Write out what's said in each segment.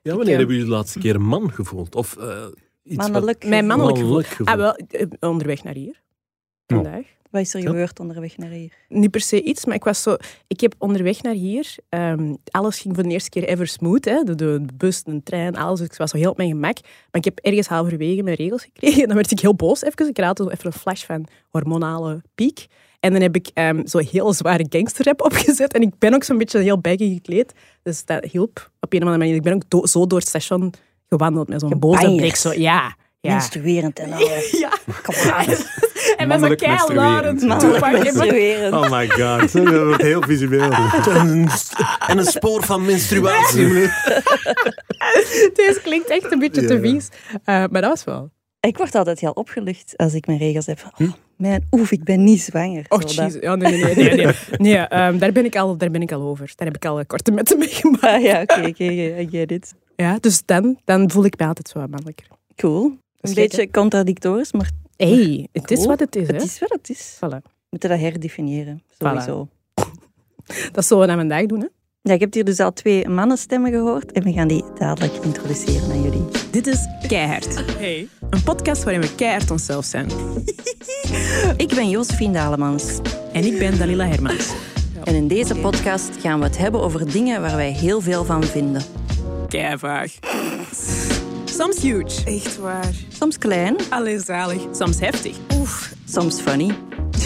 Ja, wanneer hebben jullie de laatste keer een man gevoeld? Of iets mannelijk Mijn mannelijk gevoel. gevoel? Wel, onderweg naar hier. Vandaag. Wat is er gebeurd onderweg naar hier? Niet per se iets, maar ik heb onderweg naar hier, alles ging voor de eerste keer ever smooth. Hè? De bus, de trein, alles. Dus ik was zo heel op mijn gemak. Maar ik heb ergens halverwege mijn regels gekregen. En dan werd ik heel boos even. Ik had even een flash van hormonale piek. En dan heb ik zo heel zware gangsterrap opgezet. En ik ben ook zo'n beetje heel baggy gekleed. Dus dat hielp op een of andere manier. Ik ben ook zo door het station gewandeld met zo'n boze blik. Zo, ja. Menstruerend en alles. Ja. Kom aan. En met zo'n keilarend. Mannelijk menstruerend. Oh my god, dat wordt heel visueel. En een spoor van menstruatie. Deze klinkt echt een beetje te vies. Maar dat was wel. Ik word altijd heel opgelucht als ik mijn regels heb. Ik ben niet zwanger. Oh, jezus. Ja, nee, daar ben ik al over. Daar heb ik al korte metten mee gemaakt. Ah ja, oké, I get it. Ja, dus dan voel ik me altijd zo wat mannelijker. Cool. Een beetje contradictorisch, maar... Hey, het is wat het is, hè? Het is wat het is. Voilà. We moeten dat herdefiniëren, sowieso. Dat is zo wat we vandaag doen, hè? Ja, ik heb hier dus al 2 mannenstemmen gehoord en we gaan die dadelijk introduceren aan jullie. Dit is Keihard. Hey. Een podcast waarin we keihard onszelf zijn. Ik ben Josephine Dalemans. En ik ben Dalila Hermans. En in deze podcast gaan we het hebben over dingen waar wij heel veel van vinden. Keivaag. Soms huge. Echt waar. Soms klein, Allee, zalig. Soms heftig. soms funny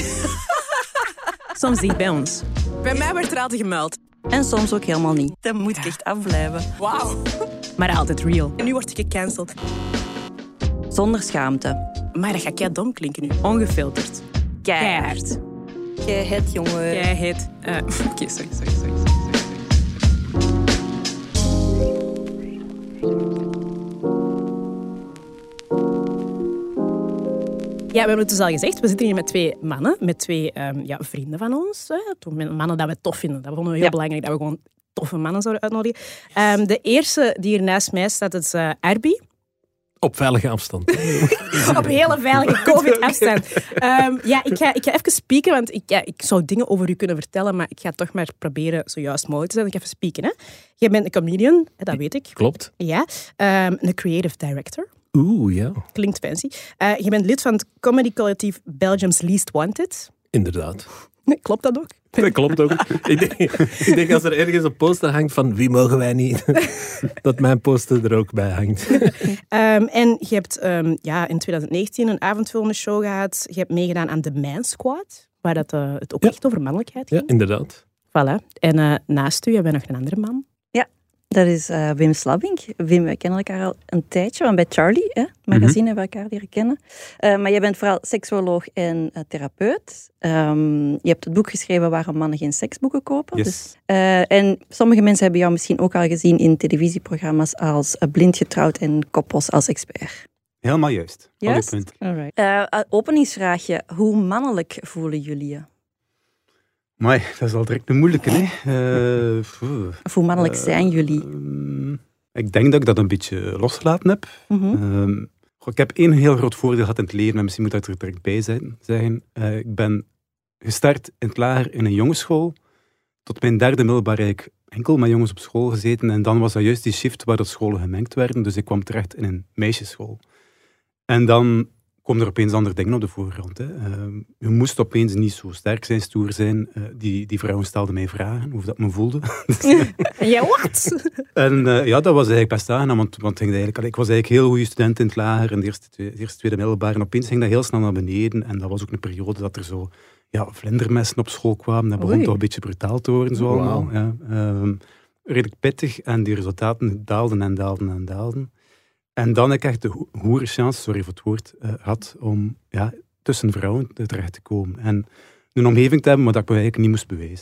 Soms dicht bij ons. Bij mij werd er altijd gemeld. en soms ook helemaal niet. Dat moet ik echt afblijven. Wauw. Maar altijd real. En nu word ik gecanceld. Zonder schaamte. Maar dat gaat kei dom klinken nu. Ongefilterd. Keihard. Jij het, jongen. Keihard. Oké, sorry. Ja, we hebben het dus al gezegd. We zitten hier met 2 mannen, met 2 vrienden van ons. Met mannen dat we tof vinden. Dat vonden we heel belangrijk, dat we gewoon toffe mannen zouden uitnodigen. De eerste die hier naast mij staat, is Arbi. Op veilige afstand. Op hele veilige COVID-afstand. Ik ga even spieken, want ik zou dingen over u kunnen vertellen, maar ik ga toch maar proberen zo juist mogelijk te zijn. Ik ga even spieken. Hè. Jij bent een comedian, dat weet ik. Klopt. Ja. Een creative director. Oeh, ja. Klinkt fancy. Je bent lid van het comedy-collectief Belgium's Least Wanted. Inderdaad. Klopt dat ook? Dat klopt ook. Ik denk als er ergens een poster hangt van wie mogen wij niet, dat mijn poster er ook bij hangt. En je hebt in 2019 een avondvullende show gehad. Je hebt meegedaan aan The Man Squad, waar het ook echt over mannelijkheid ging. Ja, inderdaad. Voilà. En naast u hebben we nog een andere man. Dat is Wim Slabbink. Wim, we kennen elkaar al een tijdje, want bij Charlie, magazine, hebben we elkaar leren kennen. Maar jij bent vooral seksuoloog en therapeut. Je hebt het boek geschreven Waarom mannen geen seksboeken kopen. Yes. Dus, en sommige mensen hebben jou misschien ook al gezien in televisieprogramma's als Blind Getrouwd en Koppels als expert. Helemaal juist. Juist? Alle punten. Alright. Openingsvraagje. Hoe mannelijk voelen jullie je? Maar dat is al direct een moeilijke, hè. Of hoe mannelijk zijn jullie? Ik denk dat ik dat een beetje losgelaten heb. Ik heb 1 heel groot voordeel gehad in het leven, en misschien moet ik er direct bij zeggen. Ik ben gestart in het lager in een jongensschool. Tot mijn 3e middelbaar heb ik enkel met jongens op school gezeten. En dan was dat juist die shift waar de scholen gemengd werden. Dus ik kwam terecht in een meisjesschool. En dan komen er opeens andere dingen op de voorgrond. Hè. Je moest opeens niet zo sterk zijn, stoer zijn. Die vrouwen stelden mij vragen hoe dat me voelde. Ja, wat? En dat was eigenlijk best aangenaam, want ik was eigenlijk heel goede student in het lager, in de eerste tweede middelbaar. En opeens ging dat heel snel naar beneden. En dat was ook een periode dat er zo vlindermessen op school kwamen. Dat begon toch een beetje brutaal te worden. Zo allemaal. Ja. Redelijk pittig. En die resultaten daalden en daalden en daalden. En dan heb ik echt de hoerenchance, sorry voor het woord, had om tussen vrouwen terecht te komen. En een omgeving te hebben, maar dat ik me eigenlijk niet moest bewijzen.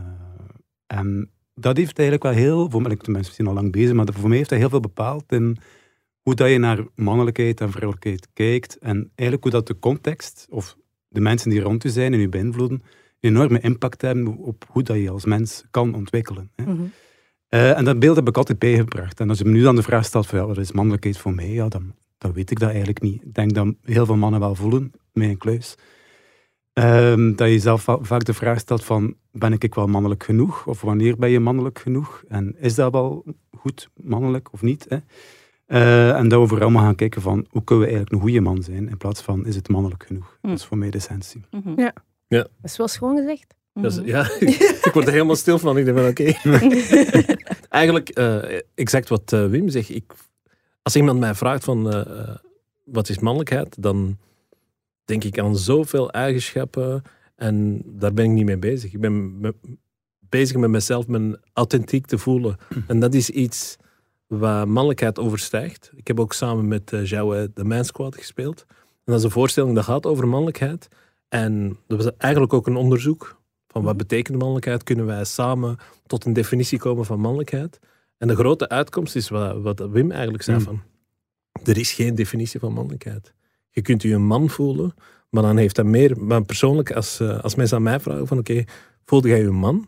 En dat heeft eigenlijk wel heel, voor mij, ik ben misschien al lang bezig, maar voor mij heeft dat heel veel bepaald in hoe dat je naar mannelijkheid en vrouwelijkheid kijkt. En eigenlijk hoe dat de context, of de mensen die rond je zijn en je beïnvloeden, een enorme impact hebben op hoe dat je als mens kan ontwikkelen. Hè. Mm-hmm. En dat beeld heb ik altijd bijgebracht. En als je me nu dan de vraag stelt van wat is mannelijkheid voor mij, dan weet ik dat eigenlijk niet. Ik denk dat heel veel mannen wel voelen, mij een kluis. Dat je zelf vaak de vraag stelt van, ben ik wel mannelijk genoeg? Of wanneer ben je mannelijk genoeg? En is dat wel goed, mannelijk of niet. Hè. En dat we vooral maar gaan kijken van hoe kunnen we eigenlijk een goede man zijn in plaats van is het mannelijk genoeg. Dat is voor mij de essentie. Ja. Dat is wel schoon gezegd. Dus, ik word er helemaal stil van. Ik denk van oké. Eigenlijk exact wat Wim zegt. Als iemand mij vraagt van wat is mannelijkheid, dan denk ik aan zoveel eigenschappen en daar ben ik niet mee bezig. Ik ben bezig met mezelf, me authentiek te voelen. En dat is iets wat mannelijkheid overstijgt. Ik heb ook samen met Jouwe de Man Squad gespeeld. En dat is een voorstelling dat gaat over mannelijkheid. En dat was eigenlijk ook een onderzoek van wat betekent mannelijkheid. Kunnen wij samen tot een definitie komen van mannelijkheid? En de grote uitkomst is wat Wim eigenlijk zei van er is geen definitie van mannelijkheid. Je kunt je een man voelen, maar dan heeft dat meer... Maar persoonlijk, als mensen aan mij vragen van oké, voelde jij je een man?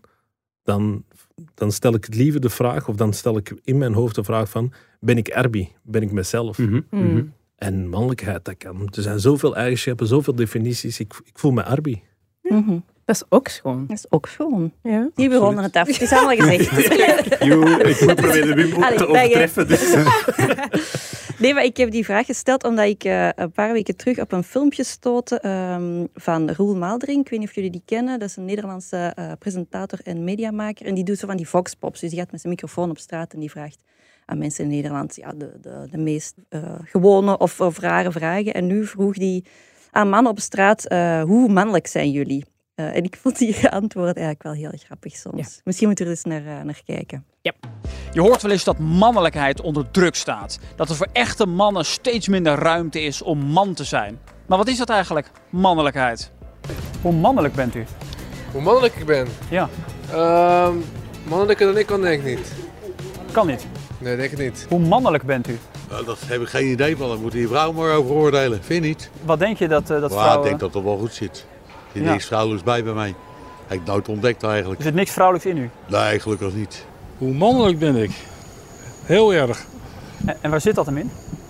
Dan stel ik het liever de vraag, of dan stel ik in mijn hoofd de vraag van ben ik Erbi? Ben ik mezelf? En mannelijkheid, dat kan. Er zijn zoveel eigenschappen, zoveel definities. Ik voel me Erbi. Dat is ook schoon. Dat is ook schoon. Ja. Hier begonnen het af. Het is allemaal gezegd. Ik moet proberen de Wim te overtreffen. Dus. Nee, maar ik heb die vraag gesteld omdat ik een paar weken terug op een filmpje stootte van Roel Maaldering. Ik weet niet of jullie die kennen. Dat is een Nederlandse presentator en mediamaker. En die doet zo van die voxpops. Dus die gaat met zijn microfoon op straat en die vraagt aan mensen in Nederland de meest gewone of rare vragen. En nu vroeg hij aan mannen op straat, hoe mannelijk zijn jullie? En ik vond die antwoord eigenlijk wel heel grappig soms. Ja. Misschien moeten we er eens naar kijken. Ja. Je hoort wel eens dat mannelijkheid onder druk staat. Dat er voor echte mannen steeds minder ruimte is om man te zijn. Maar wat is dat eigenlijk, mannelijkheid? Hoe mannelijk bent u? Hoe mannelijk ik ben? Ja. Mannelijker dan ik kan denk ik niet. Kan niet? Nee, denk ik niet. Hoe mannelijk bent u? Nou, dat heb ik geen idee van. Daar moeten die vrouwen maar over oordelen. Vind je niet? Wat denk je dat vrouwen... Ik denk dat het wel goed zit. Er is niks vrouwelijks bij mij. Heb ik nooit ontdekt eigenlijk. Er zit niks vrouwelijks in u? Nee, gelukkig niet. Hoe mannelijk ben ik? Heel erg. En waar zit dat hem in?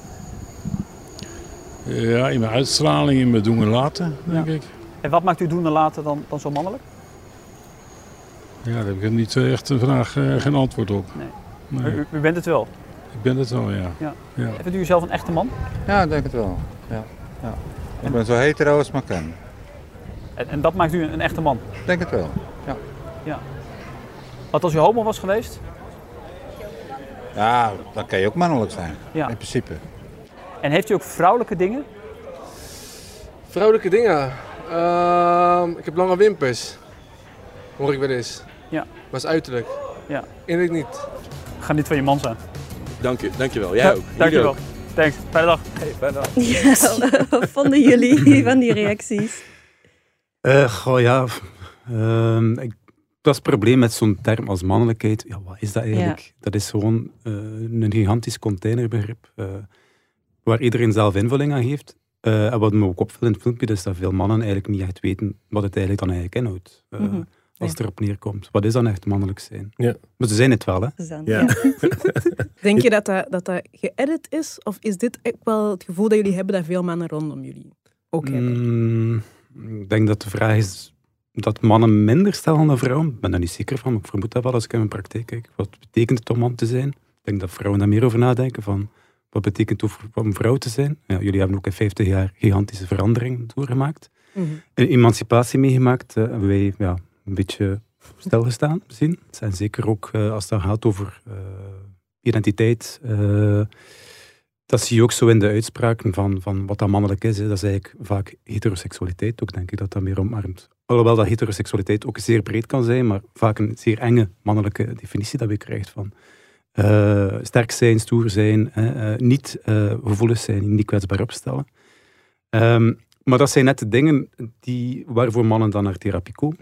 Ja, in mijn uitstraling, in mijn doen en laten, denk ik. En wat maakt u doen en laten dan zo mannelijk? Ja, daar heb ik niet echt een vraag, geen antwoord op. Nee. U bent het wel? Ik ben het wel, ja. Vindt u zelf een echte man? Ja, ik denk het wel. Ja. Ik ben zo hetero als maar kan. En dat maakt u een echte man? Ik denk het wel, ja. Wat als u homo was geweest? Ja, dan kan je ook mannelijk zijn, in principe. En heeft u ook vrouwelijke dingen? Vrouwelijke dingen? Ik heb lange wimpers. Hoor ik wel eens. Ja. Maar dat is uiterlijk. Ja. Innerlijk niet. Ga niet van je man zijn. Dankjewel. Jij ook. Dankjewel. Thanks. Fijne dag. Fijne dag. Ja, wat vonden jullie van die reacties? Dat is het probleem met zo'n term als mannelijkheid. Ja, wat is dat eigenlijk? Ja. Dat is gewoon een gigantisch containerbegrip waar iedereen zelf invulling aan geeft. En wat me ook opvalt in het filmpje is dat veel mannen eigenlijk niet echt weten wat het eigenlijk dan eigenlijk inhoudt. Als het erop neerkomt. Wat is dan echt mannelijk zijn? Ja. Maar ze zijn het wel, hè? Denk je dat geëdit is? Of is dit ook wel het gevoel dat jullie hebben dat veel mannen rondom jullie ook hebben? Ik denk dat de vraag is dat mannen minder stellen dan vrouwen. Ik ben daar niet zeker van, maar ik vermoed dat wel als ik in mijn praktijk kijk. Wat betekent het om man te zijn? Ik denk dat vrouwen daar meer over nadenken van wat betekent het om vrouw te zijn? Ja, jullie hebben ook in 50 jaar gigantische verandering doorgemaakt. Een emancipatie meegemaakt. Hebben wij een beetje stilgestaan misschien. En zeker ook als het gaat over identiteit. Dat zie je ook zo in de uitspraken van wat dat mannelijk is. Hè. Dat is eigenlijk vaak heteroseksualiteit. Ook denk ik dat dat meer omarmt. Alhoewel dat heteroseksualiteit ook zeer breed kan zijn, maar vaak een zeer enge mannelijke definitie dat je krijgt van sterk zijn, stoer zijn, niet gevoelig zijn, niet kwetsbaar opstellen. Maar dat zijn net de dingen waarvoor mannen dan naar therapie komen.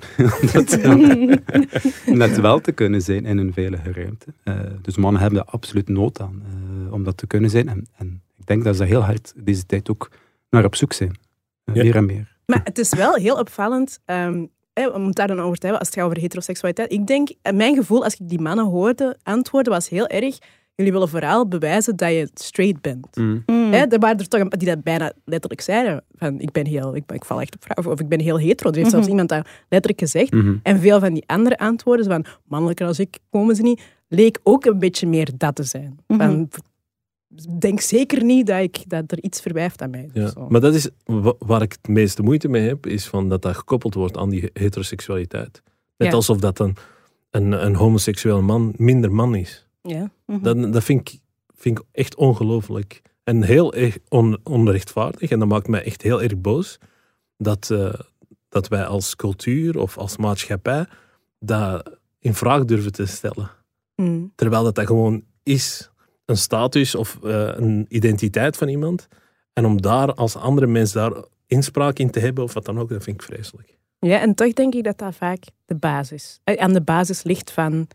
Net wel te kunnen zijn in een veilige ruimte. Dus mannen hebben daar absoluut nood aan om dat te kunnen zijn. En ik denk dat ze heel hard deze tijd ook naar op zoek zijn. Meer en meer. Maar het is wel heel opvallend, om het daar dan over te hebben, als het gaat over heteroseksualiteit. Ik denk, mijn gevoel als ik die mannen hoorde antwoorden, was heel erg, jullie willen vooral bewijzen dat je straight bent. Er waren er toch die dat bijna letterlijk zeiden. Van, ik val echt op vrouwen. Of ik ben heel hetero. Er heeft zelfs iemand dat letterlijk gezegd. En veel van die andere antwoorden, van mannelijker als ik, komen ze niet. leek ook een beetje meer dat te zijn. Van, denk zeker niet dat er iets verwijft aan mij. Ja, Zo. maar dat is waar ik het meeste moeite mee heb, is van dat gekoppeld wordt aan die heteroseksualiteit. Net alsof dat een homoseksueel man minder man is. Ja. Dat vind ik echt ongelooflijk. En heel erg onrechtvaardig. En dat maakt mij echt heel erg boos. Dat wij als cultuur of als maatschappij dat in vraag durven te stellen. Terwijl dat gewoon is een status of een identiteit van iemand. En om daar als andere mens daar inspraak in te hebben of wat dan ook, dat vind ik vreselijk. Ja, en toch denk ik dat vaak aan de basis ligt van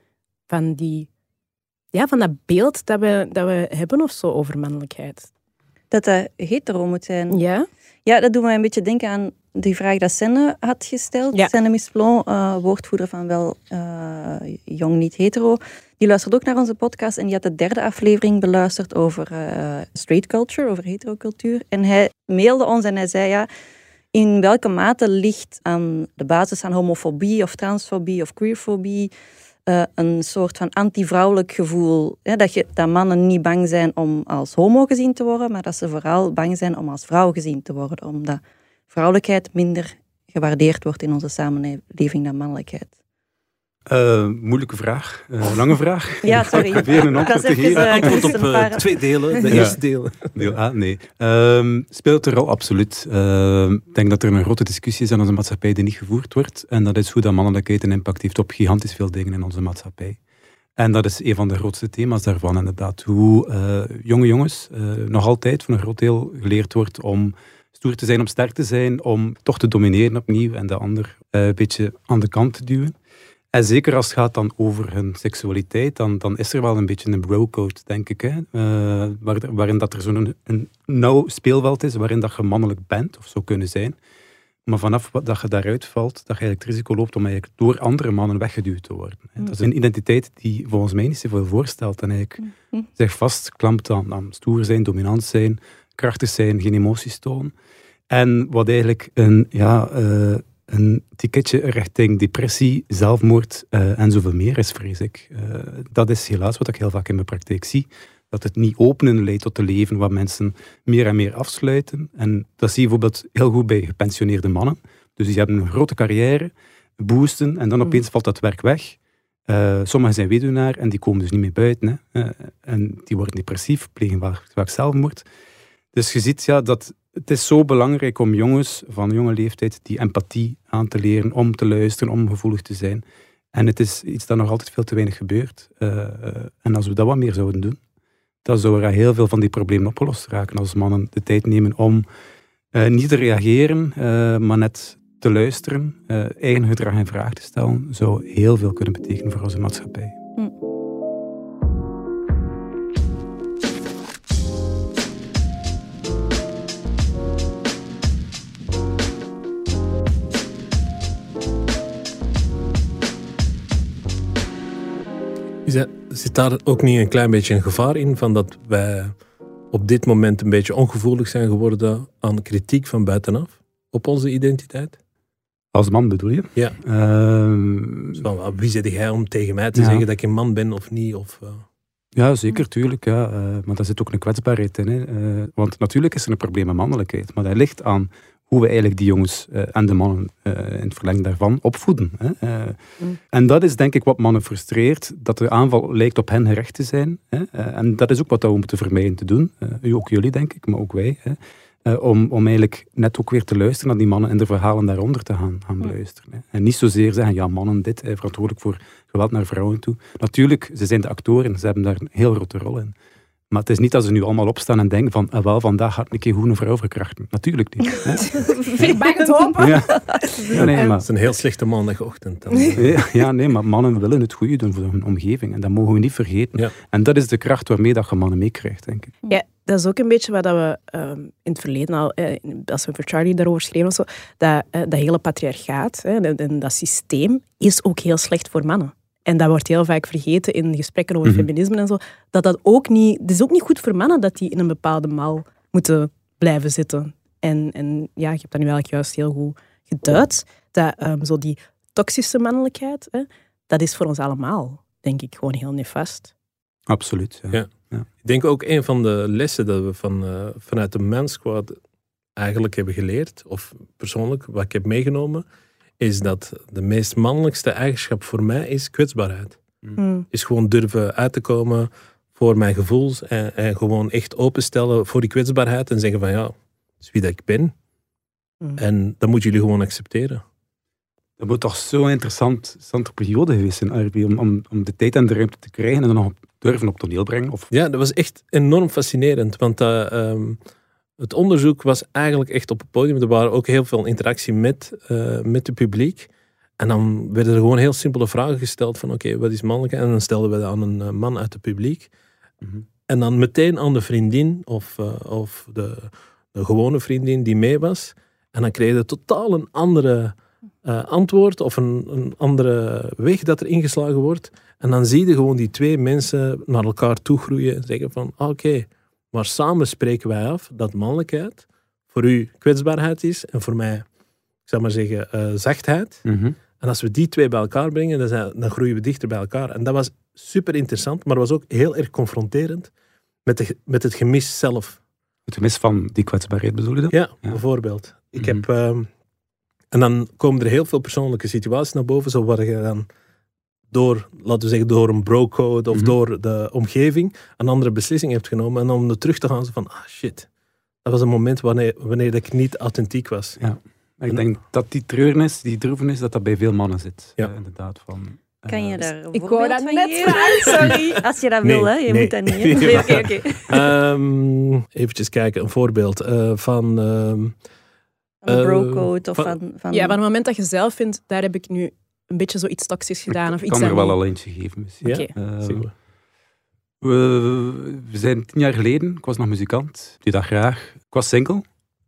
dat beeld dat we hebben of zo over mannelijkheid. Dat hetero moet zijn. Ja? Ja, dat doet mij een beetje denken aan die vraag dat Senne had gesteld. Ja. Senne Misplon, woordvoerder van Wel Jong Niet Hetero. Die luistert ook naar onze podcast en die had de 3e aflevering beluisterd over straight culture, over heterocultuur. En hij mailde ons en hij zei, in welke mate ligt aan de basis van homofobie of transfobie of queerfobie een soort van anti-vrouwelijk gevoel. Dat mannen niet bang zijn om als homo gezien te worden, maar dat ze vooral bang zijn om als vrouw gezien te worden. Omdat vrouwelijkheid minder gewaardeerd wordt in onze samenleving dan mannelijkheid. Moeilijke vraag. Lange vraag. Ja, sorry. Ik probeer een antwoord te geven. Antwoord op 2 delen. De eerste deel. Deel A, nee. Speelt er al absoluut. Ik denk dat er een grote discussie is in onze maatschappij die niet gevoerd wordt. En dat is hoe dat mannelijkheid een impact heeft op gigantisch veel dingen in onze maatschappij. En dat is een van de grootste thema's daarvan, inderdaad. Hoe jonge jongens nog altijd voor een groot deel geleerd wordt om stoer te zijn, om sterk te zijn, om toch te domineren opnieuw en de ander een beetje aan de kant te duwen. En zeker als het gaat dan over hun seksualiteit, dan is er wel een beetje een bro-code, denk ik. Hè? Waarin dat er zo'n een nauw speelveld is, waarin dat je mannelijk bent, of zou kunnen zijn. Maar vanaf dat je daaruit valt, dat je eigenlijk het risico loopt om eigenlijk door andere mannen weggeduwd te worden. Dat is een identiteit die volgens mij niet zoveel voorstelt. En eigenlijk zich vastklampt aan stoer zijn, dominant zijn, krachtig zijn, geen emoties tonen. En wat eigenlijk een ticketje richting depressie, zelfmoord en zoveel meer is, vrees ik. Dat is helaas wat ik heel vaak in mijn praktijk zie. Dat het niet openen leidt tot een leven waar mensen meer en meer afsluiten. En dat zie je bijvoorbeeld heel goed bij gepensioneerde mannen. Dus die hebben een grote carrière, boosten en dan opeens valt dat werk weg. Sommigen zijn weduwnaar en die komen dus niet meer buiten. En die worden depressief, plegen vaak zelfmoord. Dus je ziet dat het is zo belangrijk om jongens van jonge leeftijd die empathie aan te leren, om te luisteren, om gevoelig te zijn. En het is iets dat nog altijd veel te weinig gebeurt. En als we dat wat meer zouden doen, dan zou er heel veel van die problemen opgelost raken. Als mannen de tijd nemen om niet te reageren, maar net te luisteren, eigen gedrag in vraag te stellen, zou heel veel kunnen betekenen voor onze maatschappij. Zit daar ook niet een klein beetje een gevaar in van dat wij op dit moment een beetje ongevoelig zijn geworden aan kritiek van buitenaf op onze identiteit? Als man bedoel je? Ja. Wie zit jij om tegen mij te zeggen dat ik een man ben of niet? Ja, zeker, tuurlijk. Ja. Maar daar zit ook een kwetsbaarheid in. Hè. Want natuurlijk is er een probleem met mannelijkheid, maar dat ligt aan hoe we eigenlijk die jongens en de mannen in het verlengde daarvan opvoeden. Hè. En dat is denk ik wat mannen frustreert, dat de aanval lijkt op hen gericht te zijn. Hè. En dat is ook wat we moeten vermijden te doen. Ook jullie, denk ik, maar ook wij. Hè. Om eigenlijk net ook weer te luisteren naar die mannen en de verhalen daaronder te gaan beluisteren. Hè. En niet zozeer zeggen, ja, mannen dit, verantwoordelijk voor geweld naar vrouwen toe. Natuurlijk, ze zijn de actoren, ze hebben daar een heel grote rol in. Maar het is niet dat ze nu allemaal opstaan en denken van, wel, vandaag ga ik een keer goed een vrouw verkrachten. Natuurlijk niet. Ik bak het op. Ja, nee, maar... Het is een heel slechte maandagochtend. Ja, nee, maar mannen willen het goede doen voor hun omgeving. En dat mogen we niet vergeten. Ja. En dat is de kracht waarmee dat je mannen meekrijgt, denk ik. Ja, dat is ook een beetje wat we in het verleden al, als we voor Charlie daarover schreven of zo, dat hele patriarchaat en dat systeem is ook heel slecht voor mannen. En dat wordt heel vaak vergeten in gesprekken over feminisme en zo. Dat ook niet... Het is ook niet goed voor mannen dat die in een bepaalde mal moeten blijven zitten. En ja, je hebt dat nu eigenlijk juist heel goed geduid. Dat zo die toxische mannelijkheid, dat is voor ons allemaal. denk ik gewoon heel nefast. Absoluut. Ja. Ik denk ook een van de lessen dat we vanuit de Men's Squad eigenlijk hebben geleerd, of persoonlijk wat ik heb meegenomen, is dat de meest mannelijkste eigenschap voor mij is kwetsbaarheid. Is gewoon durven uit te komen voor mijn gevoel en gewoon echt openstellen voor die kwetsbaarheid en zeggen van ja, dat is wie dat ik ben. En dat moeten jullie gewoon accepteren. Dat moet toch zo'n interessante periode geweest zijn, Arby, om de tijd en de ruimte te krijgen en dan nog durven op toneel brengen? Of... Ja, dat was echt enorm fascinerend, want het onderzoek was eigenlijk echt op het podium. Er waren ook heel veel interactie met het publiek. En dan werden er gewoon heel simpele vragen gesteld van oké, wat is mannelijkheid? En dan stelden we dat aan een man uit het publiek. En dan meteen aan de vriendin of de gewone vriendin die mee was. En dan kreeg je totaal een andere antwoord of een andere weg dat er ingeslagen wordt. En dan zie je gewoon die twee mensen naar elkaar toe groeien en zeggen van oké, maar samen spreken wij af dat mannelijkheid voor u kwetsbaarheid is en voor mij, ik zou maar zeggen, zachtheid. En als we die twee bij elkaar brengen, dan groeien we dichter bij elkaar. En dat was super interessant, maar was ook heel erg confronterend met het gemis zelf. Het gemis van die kwetsbaarheid bedoel je dat? Ja, bijvoorbeeld. Ik heb... en dan komen er heel veel persoonlijke situaties naar boven, zo waar je dan laten we zeggen, door een bro-code of door de omgeving een andere beslissing hebt genomen. En om er terug te gaan, zo van, shit. Dat was een moment wanneer ik niet authentiek was. Ja. Ik denk dat die treurnis, die droefenis, dat bij veel mannen zit. Ja. Inderdaad. Kan je daar een Ik wou dat voorbeeld net van geven? sorry. Als je dat wil, hè. Je moet dat niet. Hè? Oké. Eventjes kijken, een voorbeeld van... Een bro-code of van... Ja, van het moment dat je zelf vindt, daar heb ik nu een beetje zoiets toxisch gedaan. Of Ik iets kan er wel dat al eentje geven. Misschien. Ja, Oké. We zijn 10 jaar geleden, ik was nog muzikant, die dat graag. Ik was single.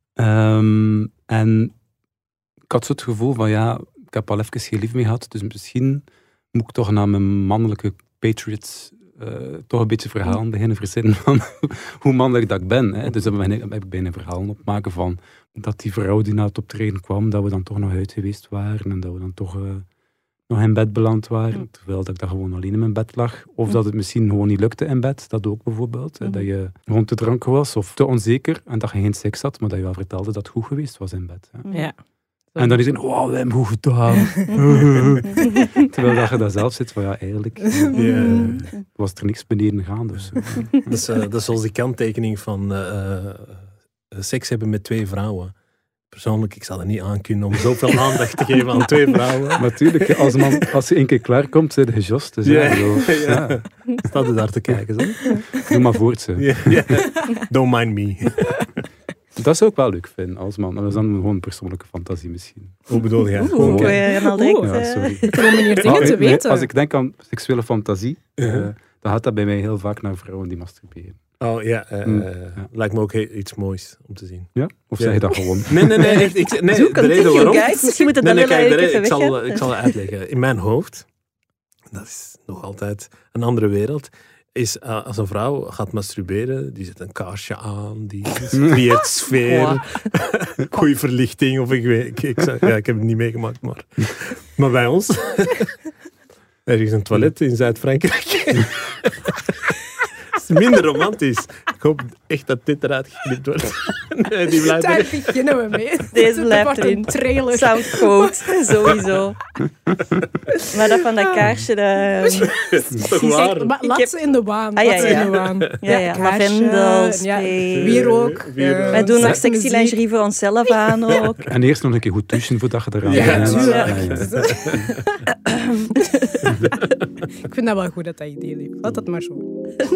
En ik had zo het gevoel van ik heb al even geen lief mee gehad, dus misschien moet ik toch naar mijn mannelijke patriots toch een beetje verhalen beginnen verzinnen van hoe mannelijk dat ik ben. Hè. Dus dan heb ik bijna verhalen opmaken van dat die vrouw die naar het optreden kwam, dat we dan toch nog uit geweest waren en dat we dan toch nog in bed beland waren, terwijl dat ik dan gewoon alleen in mijn bed lag. Of dat het misschien gewoon niet lukte in bed, dat ook bijvoorbeeld. Hè, dat je gewoon te dronken was of te onzeker en dat je geen seks had, maar dat je wel vertelde dat het goed geweest was in bed. Hè. Ja. En dan is het, we hebben hem goed gedaan. Terwijl dat je daar zelf zit van, eigenlijk was er niks beneden gaande. Dus, dat is zoals die kanttekening van seks hebben met 2 vrouwen. Persoonlijk, ik zal er niet aan kunnen om zoveel aandacht te geven aan 2 vrouwen. Natuurlijk, als je 1 keer klaarkomt, zijn je gejost. Dus Staat er daar te kijken, zo? Doe maar voort, zo. Don't mind me. Dat zou ik wel leuk vinden als man. Dat is dan gewoon een persoonlijke fantasie misschien. Hoe bedoel jij? Sorry. Meer dingen te weten. Als ik denk aan seksuele fantasie, dan gaat dat bij mij heel vaak naar vrouwen die masturberen. Oh ja, lijkt me ook iets moois om te zien. Ja? Of zeg je dat gewoon? Nee, echt, Zoek de een reden waarom... guys. Misschien moet het dan ik zal het uitleggen. In mijn hoofd, dat is nog altijd een andere wereld, is als een vrouw gaat masturberen, die zet een kaarsje aan, die creëert sfeer, goede verlichting, of ik weet, ik heb het niet meegemaakt, maar bij ons, er is een toilet in Zuid-Frankrijk. Minder romantisch. Ik hoop echt dat dit eruit geknipt wordt. Nee, die blijft daar beginnen we mee. Deze blijft erin. Trailer. Soundquote, sowieso. Maar dat van dat kaarsje... Dat is toch waar? Maar laat ze in de waan. Ja. Lavendel, wierook. Wij doen nog sexy lingerie voor onszelf aan ook. En eerst nog een keer goed douchen voordat je eraan bent. Ik vind dat wel goed, dat idee leeft. Laat dat maar zo.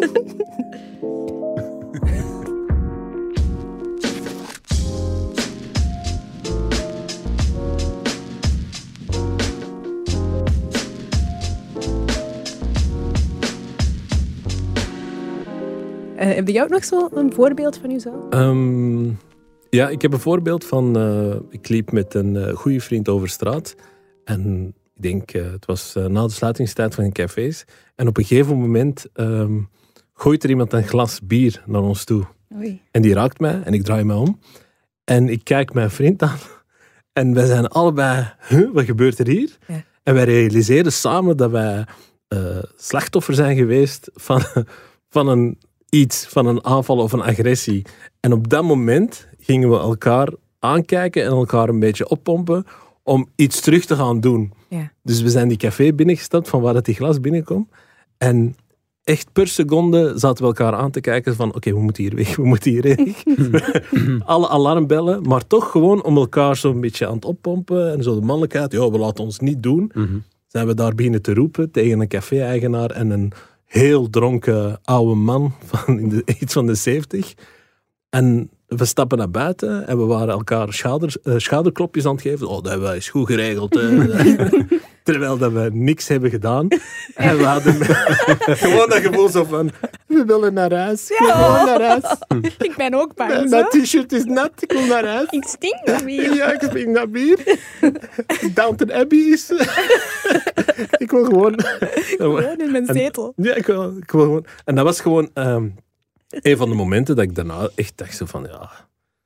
Heb jij ook nog zo een voorbeeld van jezelf? Ja, ik heb een voorbeeld van... ik liep met een goede vriend over straat. En ik denk, het was na de sluitingstijd van cafés. En op een gegeven moment gooit er iemand een glas bier naar ons toe. Oei. En die raakt mij en ik draai me om. En ik kijk mijn vriend aan. En wij zijn allebei... wat gebeurt er hier? Ja. En wij realiseren samen dat wij slachtoffer zijn geweest van een aanval of een agressie. En op dat moment gingen we elkaar aankijken en elkaar een beetje oppompen om iets terug te gaan doen. Ja. Dus we zijn die café binnengestapt van waar dat die glas binnenkomt. En echt per seconde zaten we elkaar aan te kijken van oké, we moeten hier weg. Alle alarmbellen, maar toch gewoon om elkaar zo'n beetje aan het oppompen. En zo de mannelijkheid, ja, we laten ons niet doen. Zijn we daar beginnen te roepen tegen een café-eigenaar en een heel dronken oude man van iets van de 70. En we stappen naar buiten en we waren elkaar schouderklopjes aan het geven. Oh, dat hebben we eens goed geregeld. Terwijl dat we niks hebben gedaan. En we hadden gewoon dat gevoel zo van, we willen naar huis. Ja. Gewoon naar huis. Ik ben ook bang. Mijn t-shirt is nat, ik wil naar huis. Ik stink naar bier. Ja, ik stink naar bier. Downton Abbey is... ik wil gewoon... Gewoon in mijn zetel. Ja, ik wil gewoon... En dat was gewoon een van de momenten dat ik daarna echt dacht zo van, ja,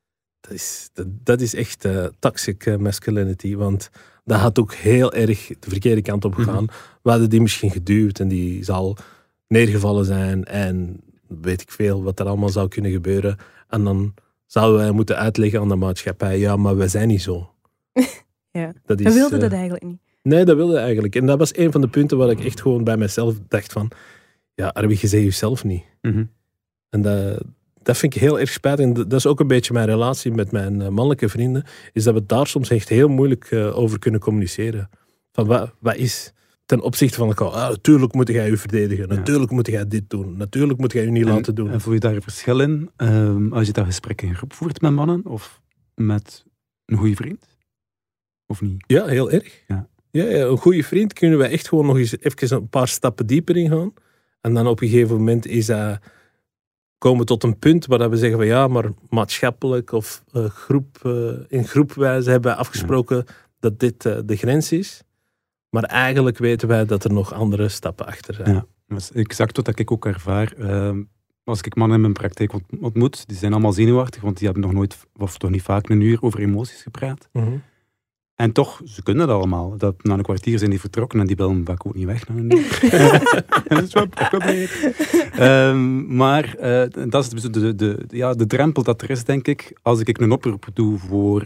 dat is echt toxic masculinity, want dat had ook heel erg de verkeerde kant op gegaan. We hadden die misschien geduwd en die zal neergevallen zijn en weet ik veel wat er allemaal zou kunnen gebeuren. En dan zouden wij moeten uitleggen aan de maatschappij, ja, maar wij zijn niet zo. Ja. Dat is, we wilden dat eigenlijk niet. Nee, dat wilde eigenlijk. En dat was een van de punten waar ik echt gewoon bij mezelf dacht van, ja, Arbi, je zegt jezelf niet. En dat vind ik heel erg spijtig. En dat is ook een beetje mijn relatie met mijn mannelijke vrienden, is dat we daar soms echt heel moeilijk over kunnen communiceren. Van wat is ten opzichte van elkaar? Natuurlijk moet jij je verdedigen. Natuurlijk moet jij dit doen. Natuurlijk moet jij je niet laten doen. En voel je daar een verschil in als je dat gesprek in groep voert met mannen of met een goede vriend? Of niet? Ja, heel erg. Ja, een goede vriend kunnen we echt gewoon nog eens even een paar stappen dieper ingaan. En dan op een gegeven moment komen we tot een punt waar we zeggen van ja, maar maatschappelijk of in groepwijze hebben we afgesproken dat dit de grens is. Maar eigenlijk weten wij dat er nog andere stappen achter zijn. Ja, dat is exact wat ik ook ervaar. Als ik mannen in mijn praktijk ontmoet, die zijn allemaal zenuwachtig, want die hebben nog nooit, of toch niet vaak, een uur over emoties gepraat. En toch, ze kunnen dat allemaal. Dat, na een kwartier zijn die vertrokken en die bellen vaak ook niet weg na een uur. Dat is wel een probleem. Maar dat is de drempel dat er is, denk ik. Als ik een oproep doe voor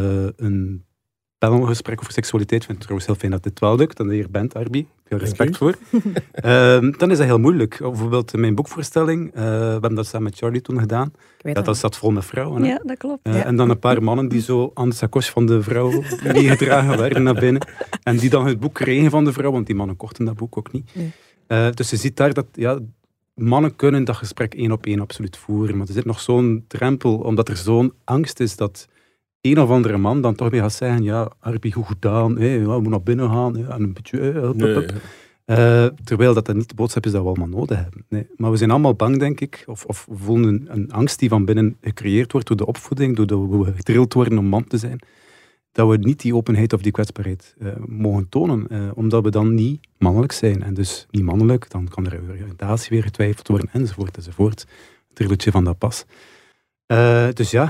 een panelgesprek over seksualiteit, vind ik trouwens heel fijn dat dit wel lukt, dat je hier bent, Arbi. Veel respect voor. Dan is dat heel moeilijk. Bijvoorbeeld mijn boekvoorstelling, we hebben dat samen met Charlie toen gedaan. Dat zat vol met vrouwen. Ja, dat klopt. En dan een paar mannen die zo aan de sakos van de vrouw meegedragen werden naar binnen. En die dan het boek kregen van de vrouw, want die mannen kochten dat boek ook niet. Dus je ziet daar dat mannen kunnen dat gesprek 1 op 1 absoluut voeren. Maar er zit nog zo'n drempel, omdat er zo'n angst is dat een of andere man dan toch weer gaat zeggen, ja, Arbi, goed gedaan, we moeten naar binnen gaan, en een beetje... terwijl dat niet de boodschap is dat we allemaal nodig hebben. Nee. Maar we zijn allemaal bang, denk ik, of we voelen een angst die van binnen gecreëerd wordt door de opvoeding, doordat we gedrild worden om man te zijn, dat we niet die openheid of die kwetsbaarheid mogen tonen, omdat we dan niet mannelijk zijn. En dus niet mannelijk, dan kan er oriëntatie weer getwijfeld worden, enzovoort. Het trilletje van dat pas. Dus ja...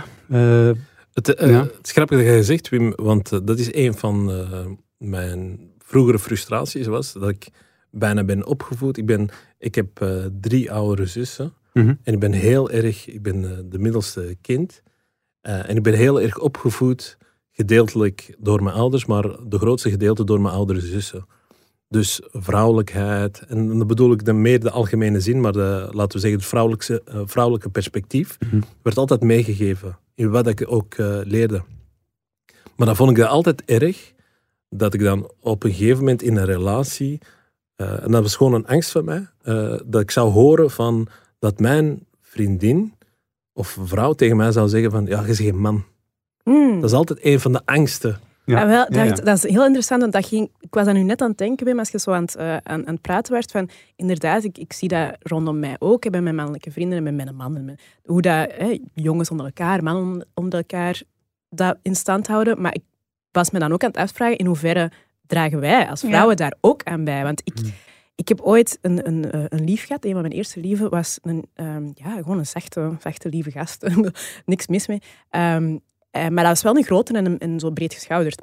Het is grappig dat jij zegt, Wim, want dat is een van mijn vroegere frustraties, was dat ik bijna ben opgevoed. Ik heb 3 oudere zussen en ik ben de middelste kind. En ik ben heel erg opgevoed, gedeeltelijk door mijn ouders, maar de grootste gedeelte door mijn oudere zussen. Dus vrouwelijkheid, en dan bedoel ik meer de algemene zin, maar laten we zeggen het vrouwelijke perspectief, werd altijd meegegeven in wat ik ook leerde. Maar dan vond ik dat altijd erg, dat ik dan op een gegeven moment in een relatie, en dat was gewoon een angst van mij, dat ik zou horen van dat mijn vriendin of vrouw tegen mij zou zeggen van, ja, je bent geen man. Dat is altijd een van de angsten. Dat is heel interessant, want ik was aan u net aan het denken, Wim, als je zo aan het praten werd, van inderdaad, ik zie dat rondom mij ook, bij mijn mannelijke vrienden en met mijn man. Hoe dat jongens onder elkaar, mannen onder elkaar, dat in stand houden. Maar ik was me dan ook aan het afvragen, in hoeverre dragen wij als vrouwen daar ook aan bij? Want ik heb ooit een lief gehad, een van mijn eerste lieven, was gewoon een zachte lieve gast. Niks mis mee. Maar dat was wel een grote en zo breed geschouderd. Maar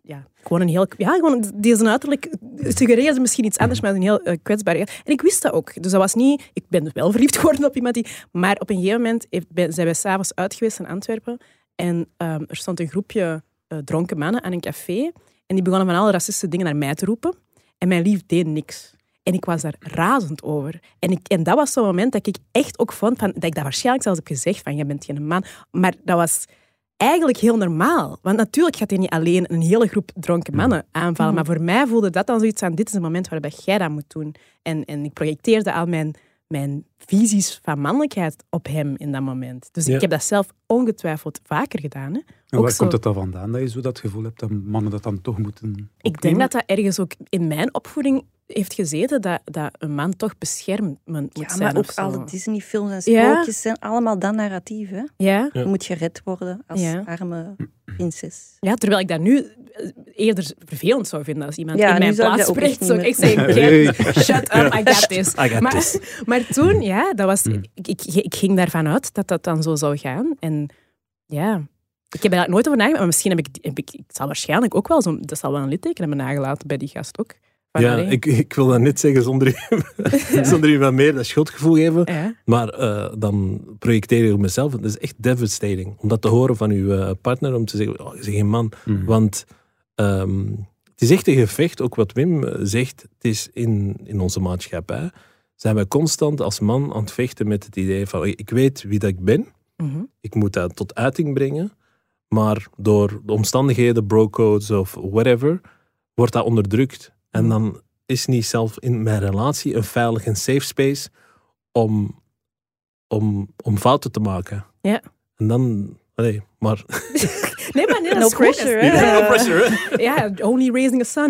gewoon een heel... Ja, gewoon deze uiterlijk suggereerde misschien iets anders, maar een heel kwetsbaar. En ik wist dat ook. Dus dat was niet... Ik ben wel verliefd geworden op iemand die... Maar op een gegeven moment zijn wij 's avonds uit geweest in Antwerpen en er stond een groepje dronken mannen aan een café en die begonnen van alle racistische dingen naar mij te roepen. En mijn lief deed niks. En ik was daar razend over. En dat was zo'n moment dat ik echt ook vond dat ik dat waarschijnlijk zelfs heb gezegd van, jij bent geen man. Maar dat was eigenlijk heel normaal. Want natuurlijk gaat hij niet alleen een hele groep dronken mannen aanvallen. Maar voor mij voelde dat dan zoiets aan, dit is een moment waarbij jij dat moet doen. En ik projecteerde al mijn visies van mannelijkheid op hem in dat moment. Dus ik heb dat zelf ongetwijfeld vaker gedaan. Hè. En waar komt het dan vandaan dat je zo dat gevoel hebt dat mannen dat dan toch moeten opnemen? Ik denk dat ergens ook in mijn opvoeding heeft gezeten dat een man toch beschermd moet zijn. Maar ook alle Disney-films en sprookjes zijn allemaal dat narratief. Hè? Ja. Je moet gered worden als arme prinses. Ja, terwijl ik dat nu eerder vervelend zou vinden als iemand in mijn plaats spreekt. Zou ik echt zeggen, shut up, I got this. Maar toen, dat was, ik ging daarvan uit dat dat dan zo zou gaan. En ja... Ik heb er nooit over nagedacht, maar misschien heb ik zal waarschijnlijk ook wel dat zal wel een litteken hebben nagelaten bij die gast ook. Ja, ik wil dat net zeggen zonder u wat meer dat schuldgevoel geven. Ja. Maar dan projecteer je op mezelf. Dat is echt devastating. Om dat te horen van uw partner. Om te zeggen, je bent geen man. Want het is echt een gevecht. Ook wat Wim zegt. Het is in onze maatschappij. Zijn wij constant als man aan het vechten met het idee van... Ik weet wie dat ik ben. Ik moet dat tot uiting brengen. Maar door de omstandigheden, bro-codes of whatever... wordt dat onderdrukt. En dan is niet zelf in mijn relatie een veilig en safe space om fouten te maken. Ja. En dan... maar... Nee, dat is pressure. No pressure. Ja, only raising a son.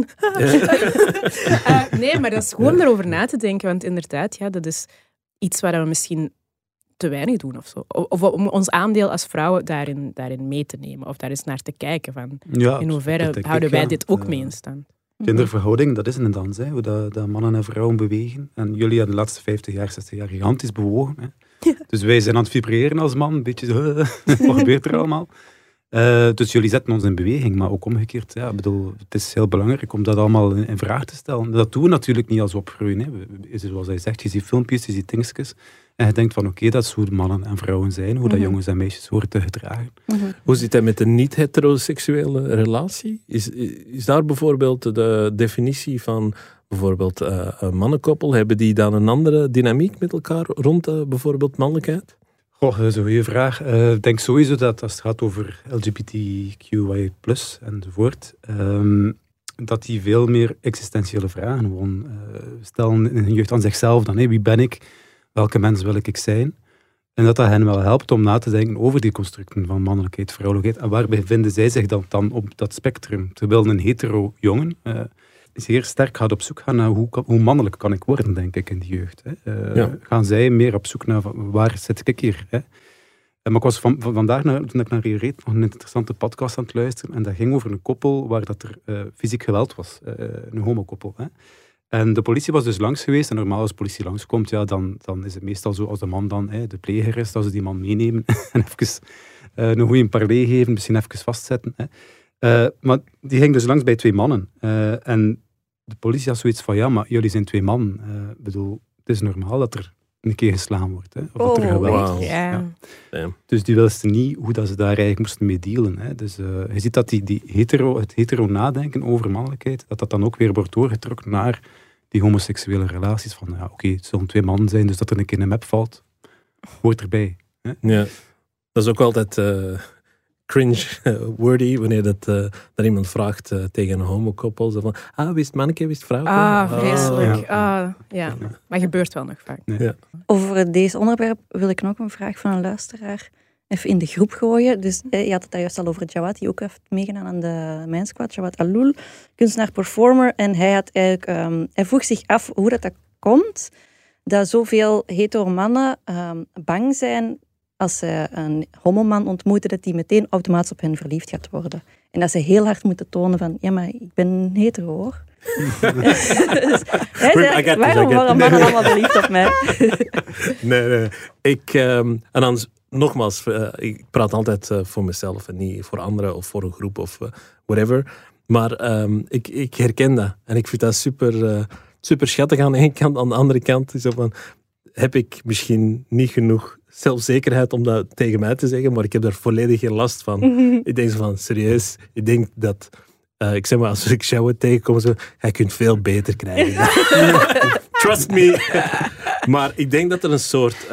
Nee, maar dat is gewoon erover na te denken. Want inderdaad, dat is iets waar we misschien te weinig doen of zo. Of om ons aandeel als vrouwen daarin mee te nemen. Of daar eens naar te kijken. Van, in hoeverre houden wij dit ook mee in stand? Genderverhouding, dat is een dans, hoe dat mannen en vrouwen bewegen. En jullie hebben de laatste 50 jaar, 60 jaar gigantisch bewogen. Hè. Ja. Dus wij zijn aan het vibreren als man, een beetje wat gebeurt er allemaal? Dus jullie zetten ons in beweging, maar ook omgekeerd. Ja, bedoel, het is heel belangrijk om dat allemaal in vraag te stellen. Dat doen we natuurlijk niet als we opgroeien. Hè. Zoals hij zegt, je ziet filmpjes, je ziet dingetjes. En je denkt van oké, dat is hoe mannen en vrouwen zijn, hoe dat jongens en meisjes horen te gedragen. Hoe zit dat met een niet-heteroseksuele relatie? Is daar bijvoorbeeld de definitie van bijvoorbeeld een mannenkoppel, hebben die dan een andere dynamiek met elkaar rond bijvoorbeeld mannelijkheid? Goh, dat is een goede vraag. Ik denk sowieso dat als het gaat over LGBTQI+, enzovoort, dat die veel meer existentiële vragen gewoon stellen in hun jeugd aan zichzelf dan. Wie ben ik? Welke mens wil ik zijn? En dat hen wel helpt om na te denken over die constructen van mannelijkheid, vrouwelijkheid. En waar bevinden zij zich dan op dat spectrum? Terwijl een hetero jongen zeer sterk gaat op zoek gaan naar hoe mannelijk kan ik worden, denk ik, in de jeugd. Gaan zij meer op zoek naar waar zit ik hier? Hè? Maar ik was vandaag, toen ik naar hier reed, nog een interessante podcast aan het luisteren. En dat ging over een koppel waar dat er fysiek geweld was. Een homokoppel. Hè? En de politie was dus langs geweest. En normaal als de politie langskomt, dan is het meestal zo als de man dan de pleger is, dat ze die man meenemen en even een goede parley geven, misschien even vastzetten. Hè. Maar die ging dus langs bij 2 mannen. En de politie had zoiets van, ja, maar jullie zijn 2 mannen. Bedoel, het is normaal dat er een keer geslaan wordt. Hè, of dat er geweld is. Ja. Dus die wisten niet hoe dat ze daar eigenlijk moesten mee dealen. Hè. Dus je ziet dat het hetero nadenken over mannelijkheid, dat dan ook weer wordt doorgetrokken naar die homoseksuele relaties. Van ja, oké, het zullen 2 mannen zijn, dus dat er een keer een map valt, hoort erbij. Hè. Ja, dat is ook altijd cringe-worthy wanneer dat iemand vraagt tegen een homokoppel. Zo van, wie is het manneke, wie is het vrouwke? Vreselijk. Ja. Maar gebeurt wel nog vaak. Nee. Ja. Over deze onderwerp wil ik nog een vraag van een luisteraar even in de groep gooien. Dus je had het daar juist al over Jawad, die ook heeft meegedaan aan de Mijn Squad. Jawad Alloul, kunstenaar-performer. En hij had eigenlijk, hij vroeg zich af hoe dat komt, dat zoveel hetero mannen bang zijn als ze een homoman ontmoeten, dat die meteen automatisch op hen verliefd gaat worden. En dat ze heel hard moeten tonen van, ja, maar ik ben hetero, hoor. Dus, waarom worden mannen allemaal verliefd op mij? Nee. En dan nogmaals, ik praat altijd voor mezelf en niet voor anderen of voor een groep of whatever. Maar ik herken dat. En ik vind dat super schattig aan de ene kant. Aan de andere kant is van, heb ik misschien niet genoeg zelfzekerheid om dat tegen mij te zeggen, maar ik heb daar volledig geen last van. Ik denk zo van, serieus, ik denk dat... ik zeg maar, als ik Sjouwen tegenkom, zo, hij kunt veel beter krijgen. Trust me. Maar ik denk dat er een soort...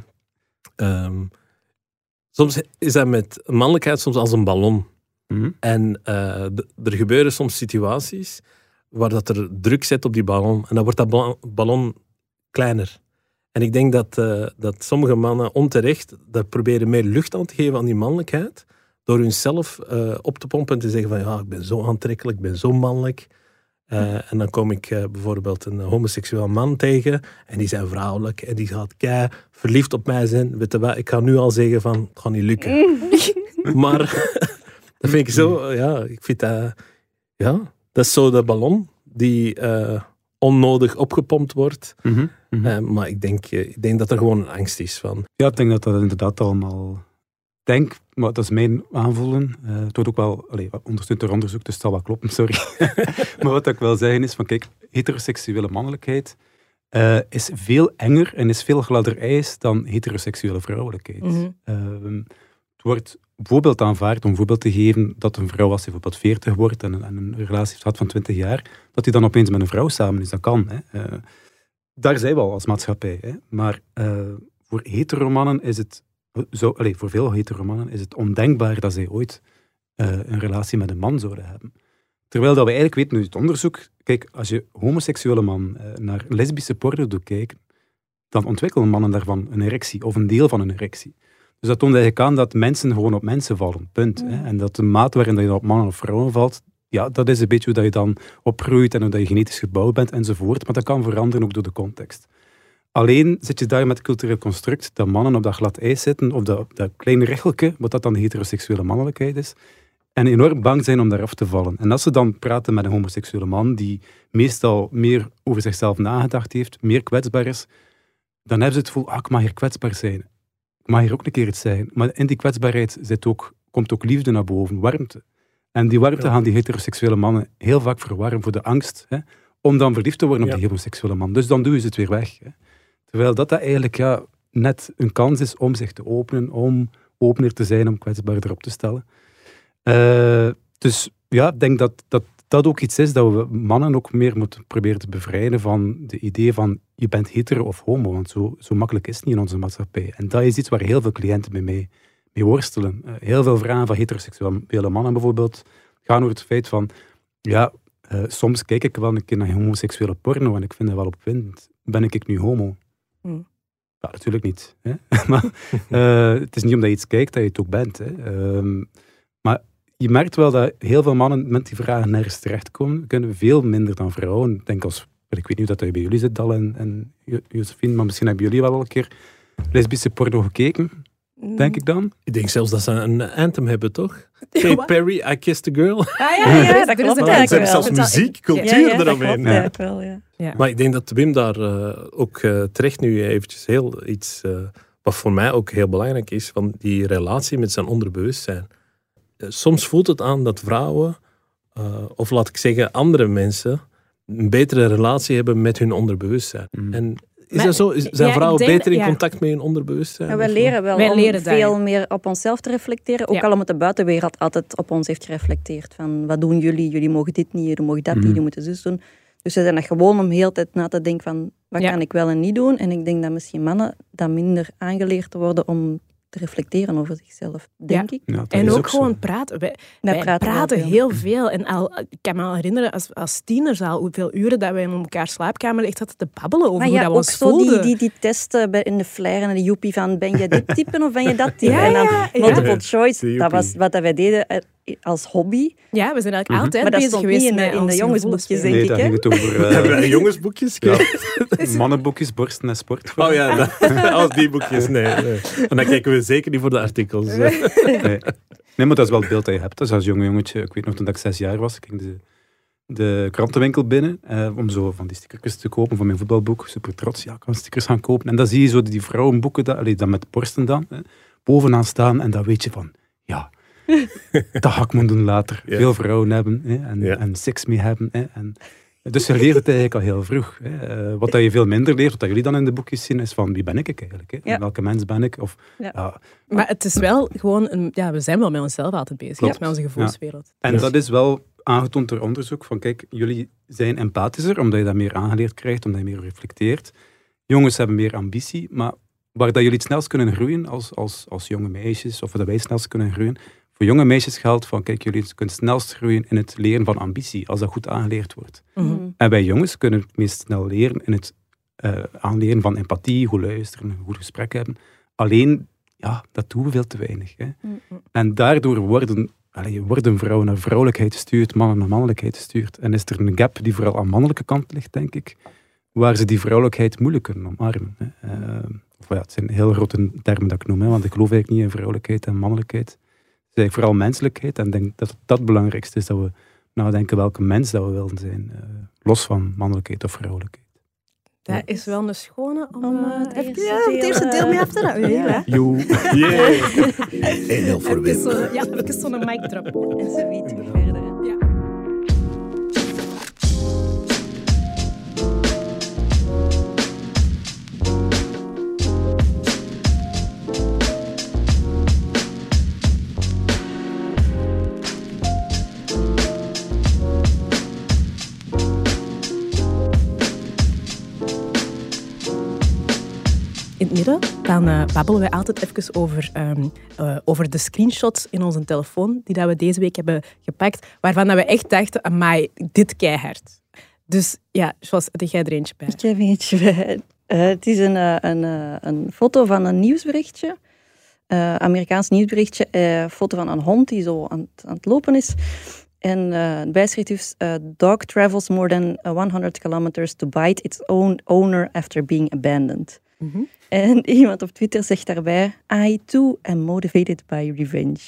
soms is dat met mannelijkheid soms als een ballon. En er gebeuren soms situaties waar dat er druk zet op die ballon. En dan wordt dat ballon kleiner. En ik denk dat sommige mannen onterecht daar proberen meer lucht aan te geven aan die mannelijkheid. Door hunzelf op te pompen en te zeggen van ja, ik ben zo aantrekkelijk, ik ben zo mannelijk. En dan kom ik bijvoorbeeld een homoseksueel man tegen en die zijn vrouwelijk en die gaat kei verliefd op mij zijn. Weet je wat, ik ga nu al zeggen van, het gaat niet lukken. Maar dat vind ik zo, ja, ik vind dat, ja, dat is zo de ballon die onnodig opgepompt wordt. Maar ik denk dat er gewoon een angst is van. Ja, ik denk dat dat inderdaad allemaal... maar dat is mijn aanvoelen. Het wordt ook wel ondersteund door onderzoek, dus het zal wel kloppen, sorry. Maar wat ik wil zeggen is van, kijk, heteroseksuele mannelijkheid is veel enger en is veel gladder ijs dan heteroseksuele vrouwelijkheid. Het wordt bijvoorbeeld aanvaard, om een voorbeeld te geven, dat een vrouw, als ze bijvoorbeeld 40 wordt en een relatie heeft gehad van 20 jaar, dat hij dan opeens met een vrouw samen is. Dat kan. Daar zijn we al als maatschappij. Maar voor heteromannen is het voor veel heteromannen is het ondenkbaar dat zij ooit een relatie met een man zouden hebben. Terwijl dat we eigenlijk weten uit het onderzoek, kijk, als je homoseksuele man naar lesbische porno doet kijken, dan ontwikkelen mannen daarvan een erectie, of een deel van een erectie. Dus dat toont eigenlijk aan dat mensen gewoon op mensen vallen, punt. En dat de mate waarin dat je op mannen of vrouwen valt, ja, dat is een beetje hoe dat je dan opgroeit en hoe dat je genetisch gebouwd bent enzovoort, maar dat kan veranderen ook door de context. Alleen zit je daar met het cultureel construct dat mannen op dat glad ijs zitten, of dat kleine recheltje, wat dat dan de heteroseksuele mannelijkheid is, en enorm bang zijn om daaraf te vallen. En als ze dan praten met een homoseksuele man, die meestal meer over zichzelf nagedacht heeft, meer kwetsbaar is, dan hebben ze het gevoel, ik mag hier kwetsbaar zijn. Ik mag hier ook een keer iets zijn. Maar in die kwetsbaarheid komt ook liefde naar boven, warmte. En die warmte gaan die heteroseksuele mannen heel vaak verwarren voor de angst, om dan verliefd te worden op die homoseksuele man. Dus dan doen ze het weer weg. Terwijl dat eigenlijk net een kans is om zich te openen, om opener te zijn, om kwetsbaarder op te stellen. Dus ja, ik denk dat ook iets is dat we mannen ook meer moeten proberen te bevrijden van de idee van je bent hetero of homo, want zo makkelijk is het niet in onze maatschappij. En dat is iets waar heel veel cliënten mee worstelen. Heel veel vragen van heteroseksuele mannen bijvoorbeeld gaan over het feit van soms kijk ik wel een keer naar homoseksuele porno en ik vind dat wel opwindend. Ben ik nu homo? Ja, natuurlijk niet. Maar het is niet omdat je iets kijkt dat je het ook bent. Maar je merkt wel dat heel veel mannen met die vragen nergens terechtkomen. Kunnen veel minder dan vrouwen. Ik denk ik weet niet of dat bij jullie zit, Dal en Josephine, maar misschien hebben jullie wel al een keer lesbische porno gekeken. Denk ik dan? Ik denk zelfs dat ze een anthem hebben, toch? Katy Perry, I Kissed a Girl. Ja, dat klopt. Ze hebben zelfs muziek, cultuur eromheen. Ja, wel, ja. Maar ik denk dat Wim daar ook terecht nu eventjes heel iets, wat voor mij ook heel belangrijk is, van die relatie met zijn onderbewustzijn. Soms voelt het aan dat vrouwen, of laat ik zeggen andere mensen, een betere relatie hebben met hun onderbewustzijn. En is dat zo? Zijn vrouwen beter in contact met hun onderbewustzijn? Ja, wij leren wel om veel meer op onszelf te reflecteren. Ook al omdat de buitenwereld altijd op ons heeft gereflecteerd. Van, wat doen jullie? Jullie mogen dit niet, jullie mogen dat niet, jullie moeten zus doen. Dus ze zijn dat gewoon om heel de tijd na te denken van, wat kan ik wel en niet doen? En ik denk dat misschien mannen dat minder aangeleerd worden om te reflecteren over zichzelf, denk ik. Ja, en ook gewoon praten. Wij praten heel veel. En ik kan me al herinneren, als tieners al, hoeveel uren dat wij in elkaar slaapkamer echt hadden te babbelen over hoe dat we ons voelden. Die testen in de flyer en de joepie van, ben je dit type of ben je dat type? En dan multiple choice, dat was wat wij deden als hobby. Ja, we zijn eigenlijk altijd bezig geweest met in de jongensboekjes, denk ik. Nee, daar ging het over... Hebben wij jongensboekjes? Mannenboekjes, borsten en sport. Oh ja, als die boekjes, nee. En dan kijken we zeker niet voor de artikels. Nee, maar dat is wel het beeld dat je hebt. Dus als jong jongetje, ik weet nog toen ik 6 jaar was, ik ging de krantenwinkel binnen om zo van die stickertjes te kopen van mijn voetbalboek. Super trots, ik kan stickers gaan kopen. En dan zie je zo die vrouwenboeken, dat met borsten dan, bovenaan staan. En dan weet je van, dat ga ik moeten doen later. Ja. Veel vrouwen hebben en seks mee hebben. Dus je leert het eigenlijk al heel vroeg. Wat dat je veel minder leert, wat dat jullie dan in de boekjes zien, is van wie ben ik eigenlijk? En welke mens ben ik? Maar het is wel gewoon, we zijn wel met onszelf altijd bezig, met onze gevoelswereld. En dat is wel aangetoond door onderzoek van kijk, jullie zijn empathischer, omdat je dat meer aangeleerd krijgt, omdat je meer reflecteert. Jongens hebben meer ambitie, maar waar dat jullie het snelst kunnen groeien als jonge meisjes, of dat wij snelst kunnen groeien, voor jonge meisjes geldt van, kijk, jullie kunnen snelst groeien in het leren van ambitie, als dat goed aangeleerd wordt. Mm-hmm. En wij jongens kunnen het meest snel leren in het aanleren van empathie, goed luisteren, goed gesprek hebben. Alleen, dat doen we veel te weinig. Hè. Mm-hmm. En daardoor worden vrouwen naar vrouwelijkheid gestuurd, mannen naar mannelijkheid gestuurd. En is er een gap die vooral aan de mannelijke kant ligt, denk ik, waar ze die vrouwelijkheid moeilijk kunnen omarmen. Hè. Het zijn heel grote termen dat ik noem, want ik geloof eigenlijk niet in vrouwelijkheid en mannelijkheid. Het is eigenlijk vooral menselijkheid en ik denk dat het belangrijkste is dat we nadenken welke mens dat we willen zijn, los van mannelijkheid of vrouwelijkheid. Dat is wel een schone om het het eerste deel mee af te doen. Ja. 1-0 voor Wim. Even zo'n mic drop. En zo weet je verder. Ja. In het midden dan babbelen wij altijd even over de screenshots in onze telefoon die dat we deze week hebben gepakt, waarvan dat we echt dachten, amai, dit keihard. Dus ja, zoals had jij er eentje bij? Ik heb eentje bij. Het is een foto van een nieuwsberichtje. Amerikaans nieuwsberichtje. Foto van een hond die zo aan het lopen is. En het bijschrift is: dog travels more than 100 kilometers to bite its own owner after being abandoned. Mm-hmm. En iemand op Twitter zegt daarbij: I too am motivated by revenge.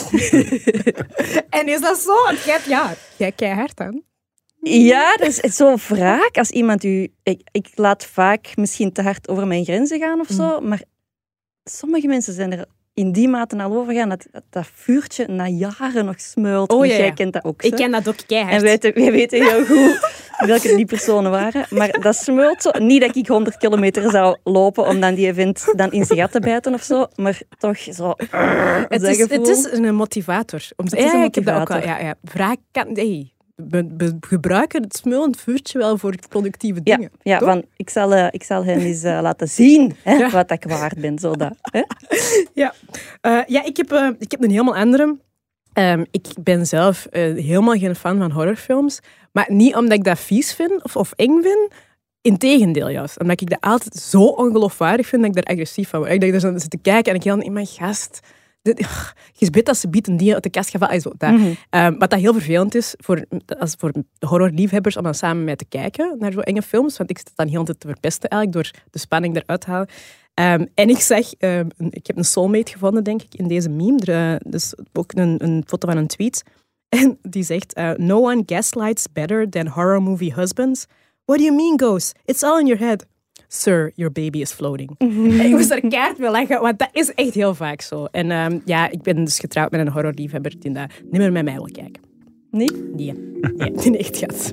En is dat zo? Jij keihard dan? Ja, dat is zo wraak. Als iemand ik laat vaak misschien te hard over mijn grenzen gaan of zo, maar sommige mensen zijn er in die mate al overgaan dat vuurtje na jaren nog smeult. Oh, jij kent dat ook. Ik ken dat ook keihard. En wij weten heel goed welke die personen waren. Maar dat smeult zo. Niet dat ik 100 kilometer zou lopen om dan die event dan in zijn gat te bijten of zo, maar toch zo. Het is een motivator. Ik heb dat ook al. Ja. Wraak kan... We gebruiken het smeulend vuurtje wel voor productieve dingen. Ja, van, ik zal hen eens laten zien wat ik waard ben. Zodat, hè? Ik heb een helemaal andere. Ik ben zelf helemaal geen fan van horrorfilms. Maar niet omdat ik dat vies vind of eng vind. Integendeel juist. Omdat ik dat altijd zo ongeloofwaardig vind dat ik daar agressief van word. Ik dat er zit te kijken en ik dan in mijn gast... Je weet dat ze bieden die uit de kast gaan vallen. Wat dat heel vervelend is voor horrorliefhebbers om dan samen met mij te kijken naar zo enge films. Want ik zit dan heel tijd te verpesten eigenlijk door de spanning eruit te halen. En ik zeg, ik heb een soulmate gevonden, denk ik, in deze meme. Dus ook een foto van een tweet. En die zegt, no one gaslights better than horror movie husbands. What do you mean, ghost? It's all in your head. Sir, your baby is floating. Ik moest er keihard mee lachen, want dat is echt heel vaak zo. En ik ben dus getrouwd met een horrorliefhebber die dat niet meer met mij wil kijken. Nee? Nee, die echt gaat.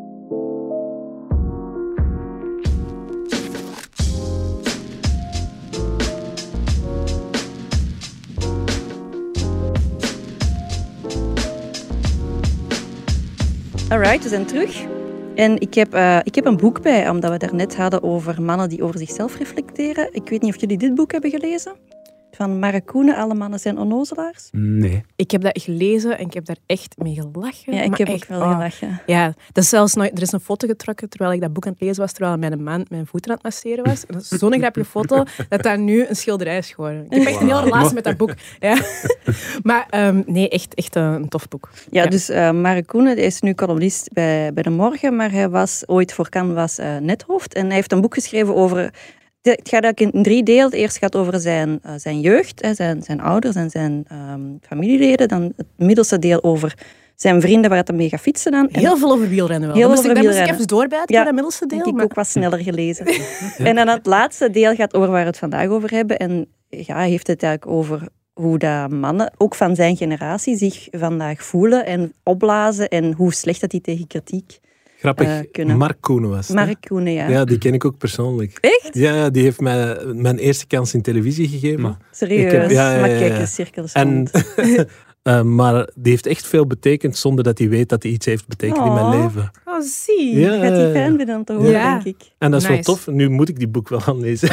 Alright, we zijn terug. En ik heb een boek bij, omdat we het daarnet hadden over mannen die over zichzelf reflecteren. Ik weet niet of jullie dit boek hebben gelezen. Van Mark Koenen, Alle mannen zijn onnozelaars. Nee. Ik heb dat gelezen en ik heb daar echt mee gelachen. Ja, ik heb ook wel gelachen. Ja, dat is zelfs er is een foto getrokken terwijl ik dat boek aan het lezen was, terwijl mijn man mijn voeten aan het masseren was. En dat is zo'n grappige foto dat dat nu een schilderij is geworden. Ik heb echt een hele relatie met dat boek. Ja. Maar nee, echt een tof boek. Ja, dus Mark Koenen is nu columnist bij De Morgen, maar hij was ooit voor Canvas nethoofd. En hij heeft een boek geschreven over... Het gaat eigenlijk in 3 delen. Het eerste gaat over zijn jeugd, zijn ouders en zijn familieleden. Dan het middelste deel over zijn vrienden waar hij mee gaat fietsen dan. Heel veel over wielrennen wel. Heel moest over wielrennen. Ik even doorbijten, dat middelste deel. Ik heb ook wat sneller gelezen. En dan het laatste deel gaat over waar we het vandaag over hebben. En ja, hij heeft het eigenlijk over hoe dat mannen, ook van zijn generatie, zich vandaag voelen en opblazen en hoe slecht dat die tegen kritiek Grappig, kunnen. Mark Koenen was het. Mark Koenen, ja. Ja, die ken ik ook persoonlijk. Echt? Ja, die heeft mij mijn eerste kans in televisie gegeven. Serieus? Maar kijk, een cirkel is rond. Maar die heeft echt veel betekend zonder dat hij weet dat hij iets heeft betekend in mijn leven. Oh, zie. Ja, gaat die fijn vinden om te horen, denk ik. En dat is wel tof. Nu moet ik die boek wel gaan lezen.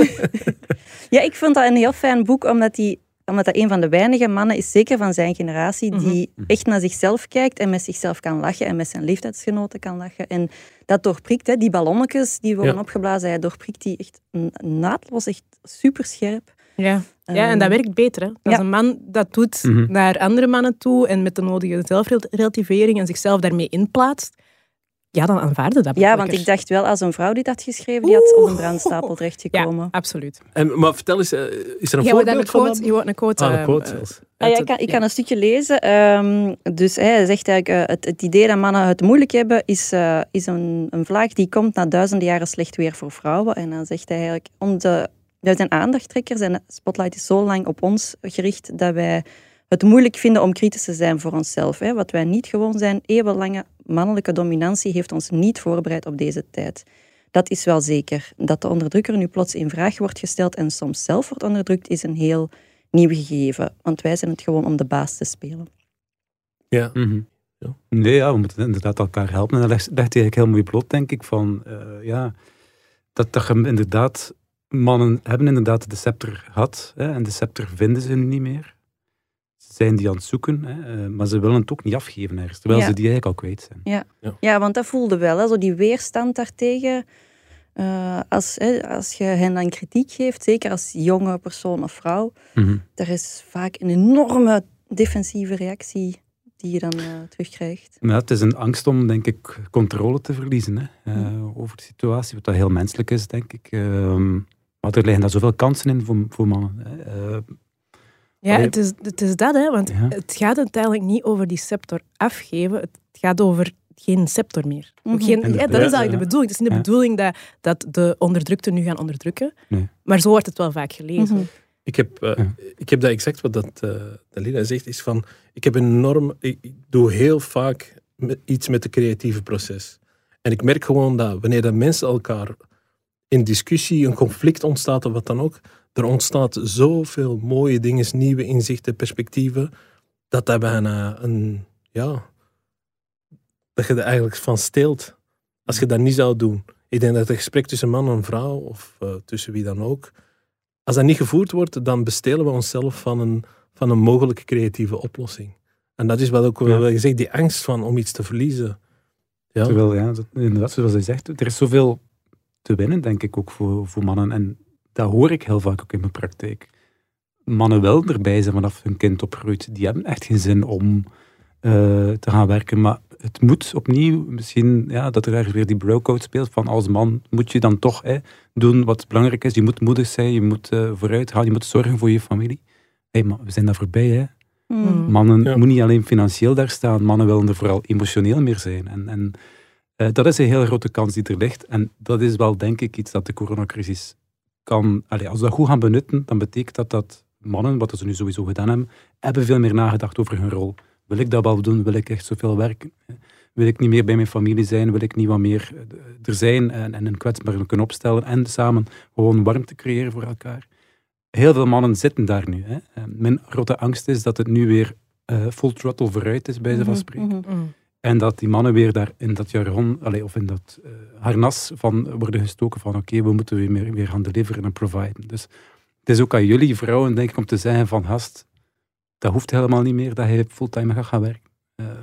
Ja, ik vond dat een heel fijn boek, omdat dat een van de weinige mannen is, zeker van zijn generatie, die echt naar zichzelf kijkt en met zichzelf kan lachen en met zijn leeftijdsgenoten kan lachen. En dat doorprikt, hè, die ballonnetjes die worden opgeblazen, hij doorprikt die echt naadloos, echt superscherp. Ja. Ja, en dat werkt beter. Hè? Als een man dat doet naar andere mannen toe en met de nodige zelfrelativering en zichzelf daarmee inplaatst, ja, dan aanvaarde dat. Ja, want ik dacht wel, als een vrouw dit had geschreven, die had op een brandstapel terechtgekomen. Ja, absoluut. Maar vertel eens, is er een voorbeeld van dat? Je wordt een quote. Een quote zelfs. Ik kan een stukje lezen. Dus hij zegt eigenlijk, het idee dat mannen het moeilijk hebben, is een vlaag die komt na duizenden jaren slecht weer voor vrouwen. En dan zegt hij eigenlijk, wij zijn aandachttrekkers en de spotlight is zo lang op ons gericht dat wij het moeilijk vinden om kritisch te zijn voor onszelf. Hè. Wat wij niet gewoon zijn, eeuwenlange mannelijke dominantie heeft ons niet voorbereid op deze tijd. Dat is wel zeker. Dat de onderdrukker nu plots in vraag wordt gesteld en soms zelf wordt onderdrukt, is een heel nieuw gegeven. Want wij zijn het gewoon om de baas te spelen. Ja. Ja. Nee, we moeten inderdaad elkaar helpen. En dat legt eigenlijk heel mooi bloot, denk ik, van dat je inderdaad... Mannen hebben inderdaad de scepter gehad, hè, en de scepter vinden ze nu niet meer. Ze zijn die aan het zoeken, hè, maar ze willen het ook niet afgeven ergens, terwijl ze die eigenlijk al kwijt zijn. Ja, want dat voelde wel, hè, zo die weerstand daartegen. Als je hen dan kritiek geeft, zeker als jonge persoon of vrouw, er is vaak een enorme defensieve reactie die je dan terugkrijgt. Maar het is een angst om, denk ik, controle te verliezen over de situatie, wat dat heel menselijk is, denk ik. Maar er liggen daar zoveel kansen in voor mannen. Het is dat, hè, want het gaat uiteindelijk niet over die scepter afgeven. Het gaat over geen scepter meer. Dat is eigenlijk de bedoeling. Het is niet de bedoeling dat de onderdrukten nu gaan onderdrukken. Nee. Maar zo wordt het wel vaak gelezen. Ik heb dat exact wat Dalila zegt, is van, ik doe heel vaak iets met het creatieve proces. En ik merk gewoon dat wanneer dat mensen elkaar in discussie, een conflict ontstaat of wat dan ook, er ontstaat zoveel mooie dingen, nieuwe inzichten, perspectieven, dat bijna dat je er eigenlijk van steelt. Als je dat niet zou doen. Ik denk dat het gesprek tussen man en vrouw, of tussen wie dan ook, als dat niet gevoerd wordt, dan bestelen we onszelf van een mogelijke creatieve oplossing. En dat is wat ook wel gezegd, die angst om iets te verliezen. Ja. Terwijl, inderdaad, zoals hij zegt, er is zoveel te winnen, denk ik, ook voor mannen. En dat hoor ik heel vaak ook in mijn praktijk. Mannen wel erbij zijn vanaf hun kind opgroeit. Die hebben echt geen zin om te gaan werken. Maar het moet opnieuw, misschien dat er daar weer die bro-code speelt, van als man moet je dan toch doen wat belangrijk is. Je moet moedig zijn, je moet vooruit gaan, je moet zorgen voor je familie. Maar we zijn daar voorbij, hè. Mannen moeten niet alleen financieel daar staan, mannen willen er vooral emotioneel meer zijn. En dat is een hele grote kans die er ligt. En dat is wel, denk ik, iets dat de coronacrisis kan... als we dat goed gaan benutten, dan betekent dat mannen, wat ze nu sowieso gedaan hebben veel meer nagedacht over hun rol. Wil ik dat wel doen? Wil ik echt zoveel werken? Wil ik niet meer bij mijn familie zijn? Wil ik niet wat meer er zijn en een kwetsbaar kunnen opstellen en samen gewoon warmte creëren voor elkaar? Heel veel mannen zitten daar nu. Mijn grote angst is dat het nu weer full throttle vooruit is, bij ze van spreken. En dat die mannen weer daar in dat jargon, of in dat harnas van worden gestoken van oké, we moeten weer gaan deliveren en providen. Dus het is ook aan jullie vrouwen, denk ik, om te zeggen van gast, dat hoeft helemaal niet meer, dat je fulltime gaat gaan werken.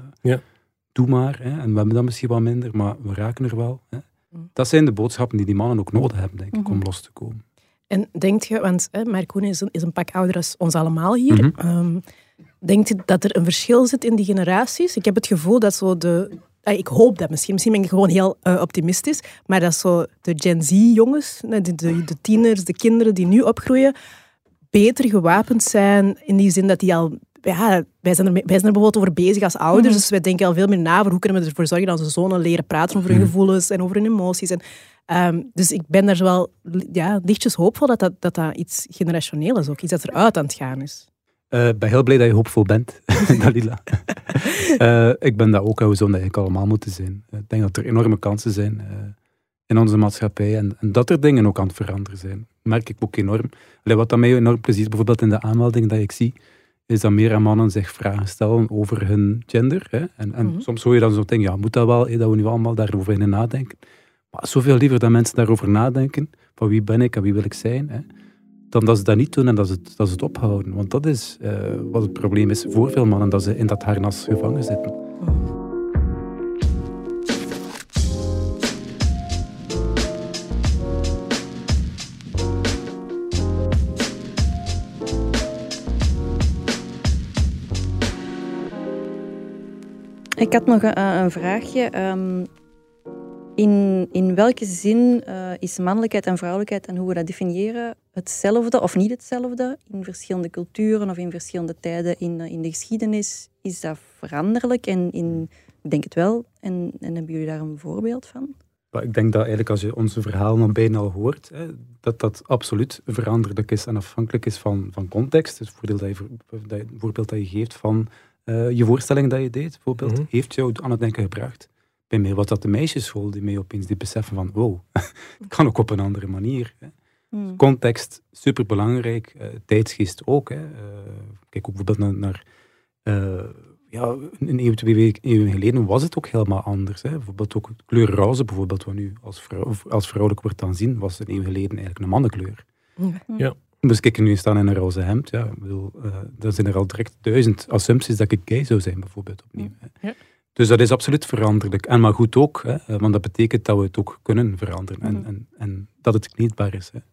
Doe maar, en we hebben dat misschien wat minder, maar we raken er wel. Dat zijn de boodschappen die mannen ook nodig hebben, denk ik, om los te komen. En denkt je, want Mark Koenen is een pak ouder als ons allemaal hier, denkt je dat er een verschil zit in die generaties? Ik heb het gevoel dat zo ik hoop dat misschien ben ik gewoon heel optimistisch, maar dat zo de Gen Z-jongens, de tieners, de kinderen die nu opgroeien, beter gewapend zijn in die zin dat die al... Ja, wij zijn er bijvoorbeeld over bezig als ouders, dus wij denken al veel meer na over hoe kunnen we ervoor zorgen dat onze zonen leren praten over hun gevoelens en over hun emoties. Dus ik ben daar wel lichtjes hoopvol dat iets generationeel is ook, iets dat eruit aan het gaan is. Ik ben heel blij dat je hoopvol bent, Dalila. Ik ben dat ook, hoe zouden eigenlijk allemaal moeten zijn. Ik denk dat er enorme kansen zijn in onze maatschappij en dat er dingen ook aan het veranderen zijn. Merk ik ook enorm. Wat dat mij enorm pleziert, bijvoorbeeld in de aanmelding dat ik zie, is dat meer mannen zich vragen stellen over hun gender. Hè? En soms hoor je dan zo denken, ja, moet dat wel, dat we nu allemaal daarover in nadenken. Maar zoveel liever dat mensen daarover nadenken, van wie ben ik en wie wil ik zijn, hè? Dan dat ze dat niet doen en dat ze het ophouden. Want dat is wat het probleem is voor veel mannen, dat ze in dat harnas gevangen zitten. Ik had nog een vraagje. In welke zin is mannelijkheid en vrouwelijkheid en hoe we dat definiëren hetzelfde of niet hetzelfde in verschillende culturen of in verschillende tijden in de geschiedenis? Is dat veranderlijk? Ik denk het wel. En hebben jullie daar een voorbeeld van? Ik denk dat eigenlijk als je onze verhalen dan bijna al hoort, hè, dat absoluut veranderlijk is en afhankelijk is van context. Dus het voorbeeld dat je geeft van je voorstelling dat je deed, bijvoorbeeld, heeft jou aan het denken gebracht. Bij mij was dat de meisjesschool die mij opeens die beseffen van wow, het kan ook op een andere manier. Hè. Context, superbelangrijk. Tijdsgeest ook. Hè. Kijk ook bijvoorbeeld naar een eeuw, 2 eeuwen geleden was het ook helemaal anders. Hè. Bijvoorbeeld ook kleur roze, bijvoorbeeld, wat nu als vrouwelijk wordt aanzien, was een eeuw geleden eigenlijk een mannenkleur. Ja. Dus kijk, nu staan in een roze hemd. Ja, dan zijn er al direct 1000 assumpties dat ik gay zou zijn, bijvoorbeeld, opnieuw. Hè. Ja. Dus dat is absoluut veranderlijk. En maar goed ook, hè, want dat betekent dat we het ook kunnen veranderen. En dat het kneedbaar is. Hè.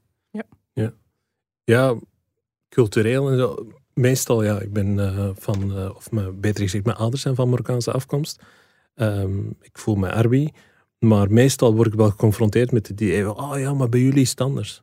Ja, cultureel en zo. Meestal, ja, ik ben beter gezegd, mijn ouders zijn van Marokkaanse afkomst. Ik voel me Arabi. Maar meestal word ik wel geconfronteerd met het idee van, ja, maar bij jullie is het anders.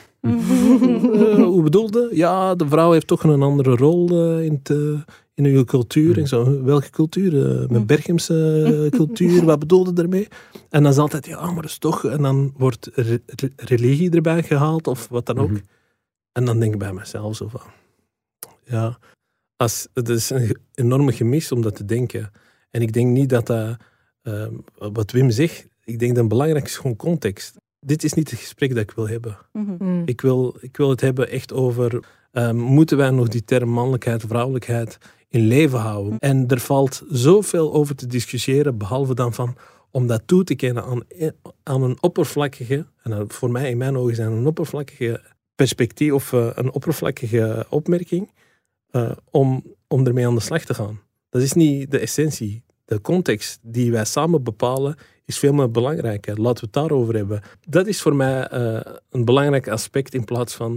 Hoe bedoelde? Ja, de vrouw heeft toch een andere rol in uw cultuur. En zo. Welke cultuur? Met Berchamse cultuur, wat bedoelde daarmee? En dan is altijd, ja, maar dat is toch... En dan wordt religie erbij gehaald, of wat dan ook. En dan denk ik bij mezelf zo van... Ja, het is een enorme gemis om dat te denken. En ik denk niet dat wat Wim zegt, ik denk dat het belangrijk is gewoon context. Dit is niet het gesprek dat ik wil hebben. Ik wil het hebben echt over... moeten wij nog die term mannelijkheid, vrouwelijkheid in leven houden? En er valt zoveel over te discussiëren, behalve dan van... om dat toe te kennen aan een oppervlakkige... en voor mij, in mijn ogen, zijn een oppervlakkige perspectief of een oppervlakkige opmerking... om ermee aan de slag te gaan. Dat is niet de essentie. De context die wij samen bepalen is veel meer belangrijker. Laten we het daarover hebben. Dat is voor mij een belangrijk aspect in plaats van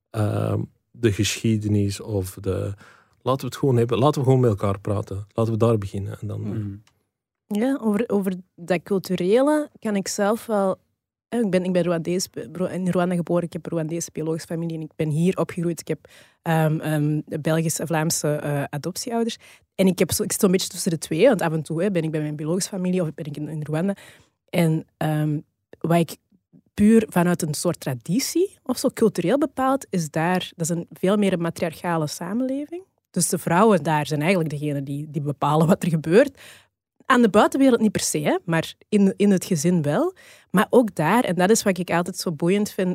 de geschiedenis of de... Laten we het gewoon hebben. Laten we gewoon met elkaar praten. Laten we daar beginnen. En dan... Ja, over dat culturele kan ik zelf wel... Ik ben in Rwanda geboren, ik heb een Rwandese biologische familie en ik ben hier opgegroeid. Ik heb Belgische-Vlaamse adoptieouders. En ik zit zo'n beetje tussen de twee, want af en toe ben ik bij mijn biologische familie of ben ik in Rwanda. En wat ik puur vanuit een soort traditie of zo cultureel bepaald, dat is een veel meer een matriarchale samenleving. Dus de vrouwen daar zijn eigenlijk degene die bepalen wat er gebeurt. Aan de buitenwereld niet per se, hè, maar in het gezin wel. Maar ook daar, en dat is wat ik altijd zo boeiend vind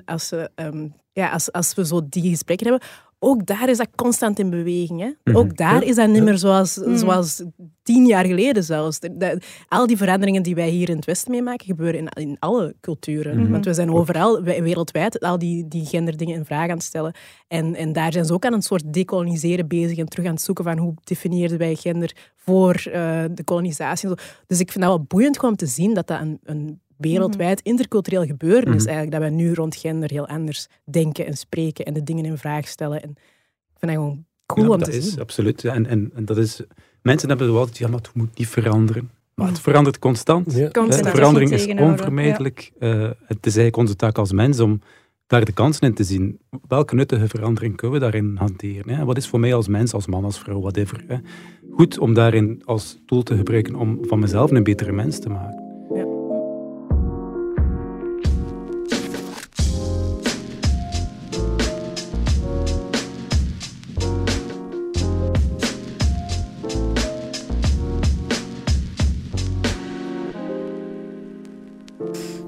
als we zo die gesprekken hebben, ook daar is dat constant in beweging. Hè. Ook daar is dat niet meer zoals 10 jaar geleden zelfs. Al die veranderingen die wij hier in het Westen meemaken, gebeuren in alle culturen. Want we zijn overal, wereldwijd, al die genderdingen in vraag aan het stellen. En daar zijn ze ook aan een soort decoloniseren bezig en terug aan het zoeken van hoe definieerden wij gender voor de kolonisatie. Dus ik vind dat wel boeiend gewoon om te zien dat een wereldwijd intercultureel gebeuren is eigenlijk, dat wij nu rond gender heel anders denken en spreken en de dingen in vraag stellen. En ik vind dat gewoon cool om te zien. Dat is absoluut. Ja. En dat is... Mensen hebben wel altijd, maar het moet niet veranderen. Maar het verandert constant. Ja. De verandering is onvermijdelijk. Ja. Het is eigenlijk onze taak als mens om daar de kansen in te zien. Welke nuttige verandering kunnen we daarin hanteren? Hè? Wat is voor mij als mens, als man, als vrouw, whatever. Hè? Goed om daarin als tool te gebruiken om van mezelf een betere mens te maken. Ja.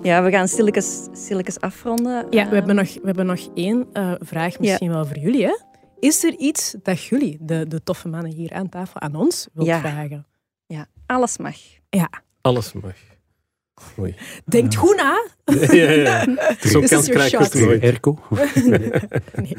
Ja, we gaan stilletjes afronden. Ja, we hebben nog één vraag misschien wel voor jullie. Hè? Is er iets dat jullie, de toffe mannen hier aan tafel, aan ons wilt vragen? Ja, alles mag. Ja. Alles mag. Oei. Denkt goed na. Ja. Zo'n kans krijg je het nooit. Erco? Nee.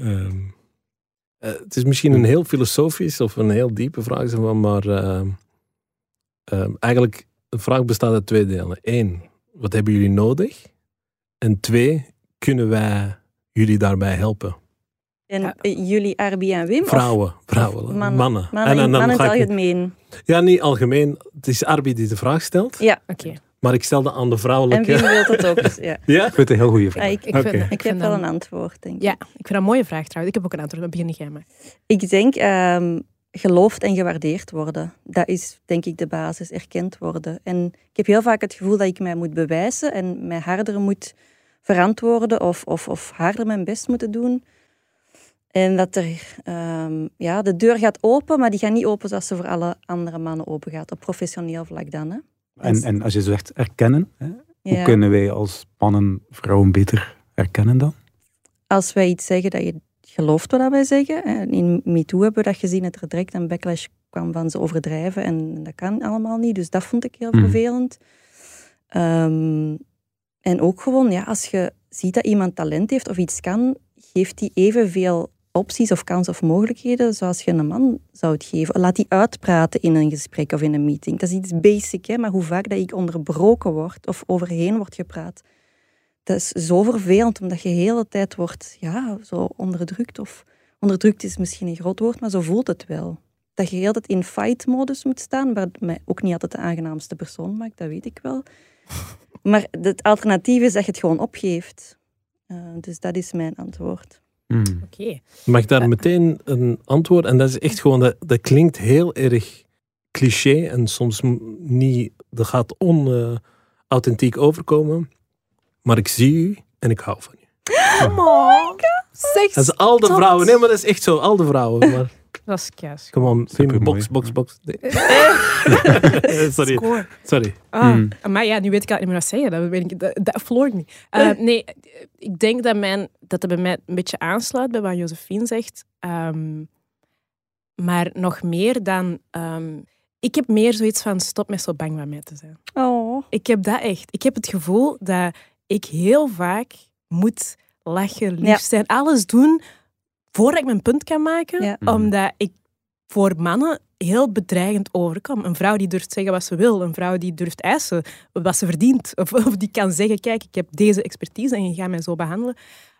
Het is misschien een heel filosofisch of een heel diepe vraag, maar eigenlijk, de vraag bestaat uit 2 delen. 1, wat hebben jullie nodig? En 2, kunnen wij jullie daarbij helpen? En jullie, Arbi en Wim? Vrouwen, mannen. Mannen in het algemeen. Ja, niet algemeen. Het is Arbi die de vraag stelt. Ja. Oké. Maar ik stelde aan de vrouwelijke... En Wim wil het ook. Dus, ja. Ja? Ik vind het een heel goede vraag. Ik heb wel een antwoord, denk ik. Ja, ik vind dat een mooie vraag trouwens. Ik heb ook een antwoord, maar begin jij maar. Ik denk, geloofd en gewaardeerd worden. Dat is, denk ik, de basis. Erkend worden. En ik heb heel vaak het gevoel dat ik mij moet bewijzen en mij harder moet verantwoorden of harder mijn best moeten doen. En dat de deur gaat open, maar die gaat niet open zoals ze voor alle andere mannen open gaat. Op professioneel vlak dan. Hè. En als je zegt erkennen, hè, hoe kunnen wij als mannen vrouwen beter erkennen dan? Als wij iets zeggen dat je gelooft wat wij zeggen. In MeToo hebben we dat gezien, dat er direct een backlash kwam van ze overdrijven. En dat kan allemaal niet, dus dat vond ik heel vervelend. En ook gewoon, als je ziet dat iemand talent heeft of iets kan, geeft die evenveel opties of kansen of mogelijkheden zoals je een man zou het geven. Laat die uitpraten in een gesprek of in een meeting. Dat is iets basic, hè, maar hoe vaak dat ik onderbroken word of overheen wordt gepraat, dat is zo vervelend, omdat je de hele tijd wordt zo onderdrukt. Of onderdrukt is misschien een groot woord, maar zo voelt het wel. Dat je de hele tijd in fight-modus moet staan, wat mij ook niet altijd de aangenaamste persoon maakt, dat weet ik wel. Maar het alternatief is dat je het gewoon opgeeft. Dus dat is mijn antwoord. Oké. Mag ik daar meteen een antwoord? En dat is echt gewoon, dat klinkt heel erg cliché en soms niet, dat gaat onauthentiek overkomen. Maar ik zie u en ik hou van u. Oh my god. Dat is al de vrouwen. Nee, maar dat is echt zo, al de vrouwen. Maar... Dat is kei. Kom on, box. Nee. Sorry. Maar ja, nu weet ik al niet meer wat zeggen. Dat vloog niet. Nee, ik denk dat het bij mij een beetje aansluit bij wat Josephine zegt. Maar nog meer dan... ik heb meer zoiets van, stop met zo bang van mij te zijn. Oh. Ik heb dat echt. Ik heb het gevoel dat ik heel vaak moet lachen, lief zijn, alles doen voordat ik mijn punt kan maken. Ja. Omdat ik voor mannen heel bedreigend overkom. Een vrouw die durft zeggen wat ze wil. Een vrouw die durft eisen wat ze verdient. Of die kan zeggen, kijk, ik heb deze expertise en je gaat mij zo behandelen.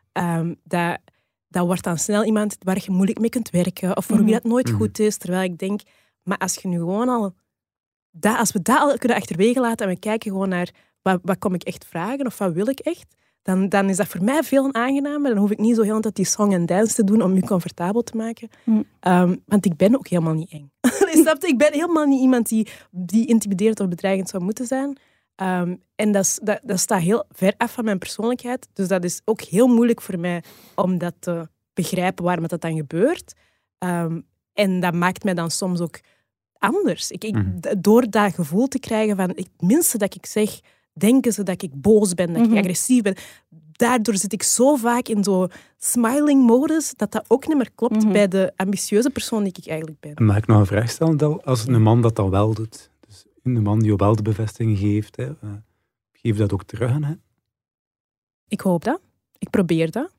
Dat wordt dan snel iemand waar je moeilijk mee kunt werken. Of voor wie dat nooit goed is. Terwijl ik denk, maar als je nu gewoon al... Als we dat al kunnen achterwege laten en we kijken gewoon naar wat kom ik echt vragen of wat wil ik echt, dan is dat voor mij veel aangenamer. Dan hoef ik niet zo heel de tijd die song en dance te doen om je comfortabel te maken. Want ik ben ook helemaal niet eng. Snap je? Ik ben helemaal niet iemand die intimiderend of bedreigend zou moeten zijn. En dat staat heel ver af van mijn persoonlijkheid. Dus dat is ook heel moeilijk voor mij om dat te begrijpen waarom dat dan gebeurt. En dat maakt mij dan soms ook anders. Door dat gevoel te krijgen van het minste dat ik zeg, denken ze dat ik boos ben, dat ik agressief ben. Daardoor zit ik zo vaak in zo'n smiling-modus dat ook niet meer klopt bij de ambitieuze persoon die ik eigenlijk ben. Mag ik nog een vraag stellen, Del? Als een man dat dan wel doet, dus een man die wel de bevestiging geeft, geef dat ook terug aan hem? Ik hoop dat. Ik probeer dat.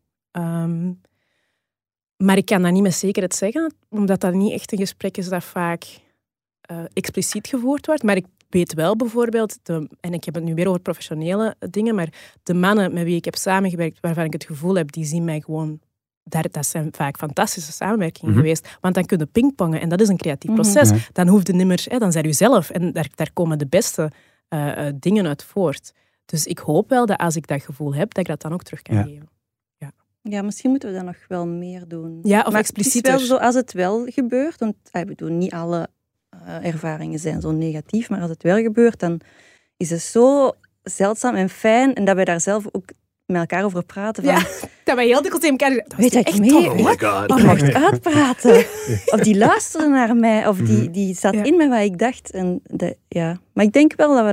Maar ik kan dat niet met zekerheid zeggen, omdat dat niet echt een gesprek is dat vaak expliciet gevoerd wordt. Maar ik weet wel bijvoorbeeld, en ik heb het nu weer over professionele dingen, maar de mannen met wie ik heb samengewerkt, waarvan ik het gevoel heb, die zien mij gewoon... Dat zijn vaak fantastische samenwerkingen geweest. Want dan kun je pingpongen en dat is een creatief proces. Dan hoef je niet meer... Dan zijn je zelf en daar komen de beste dingen uit voort. Dus ik hoop wel dat als ik dat gevoel heb, dat ik dat dan ook terug kan geven. Ja, misschien moeten we dat nog wel meer doen. Ja, of maar explicieter. Het is wel zo, als het wel gebeurt, want ik bedoel, niet alle ervaringen zijn zo negatief, maar als het wel gebeurt, dan is het zo zeldzaam en fijn en dat wij daar zelf ook met elkaar over praten. Van, dat wij heel dikwijls tegen elkaar zeggen, weet je echt mee? Oh my god. Ik mocht uitpraten. Of die luisterde naar mij, of die zat in met wat ik dacht. Maar ik denk wel dat we dat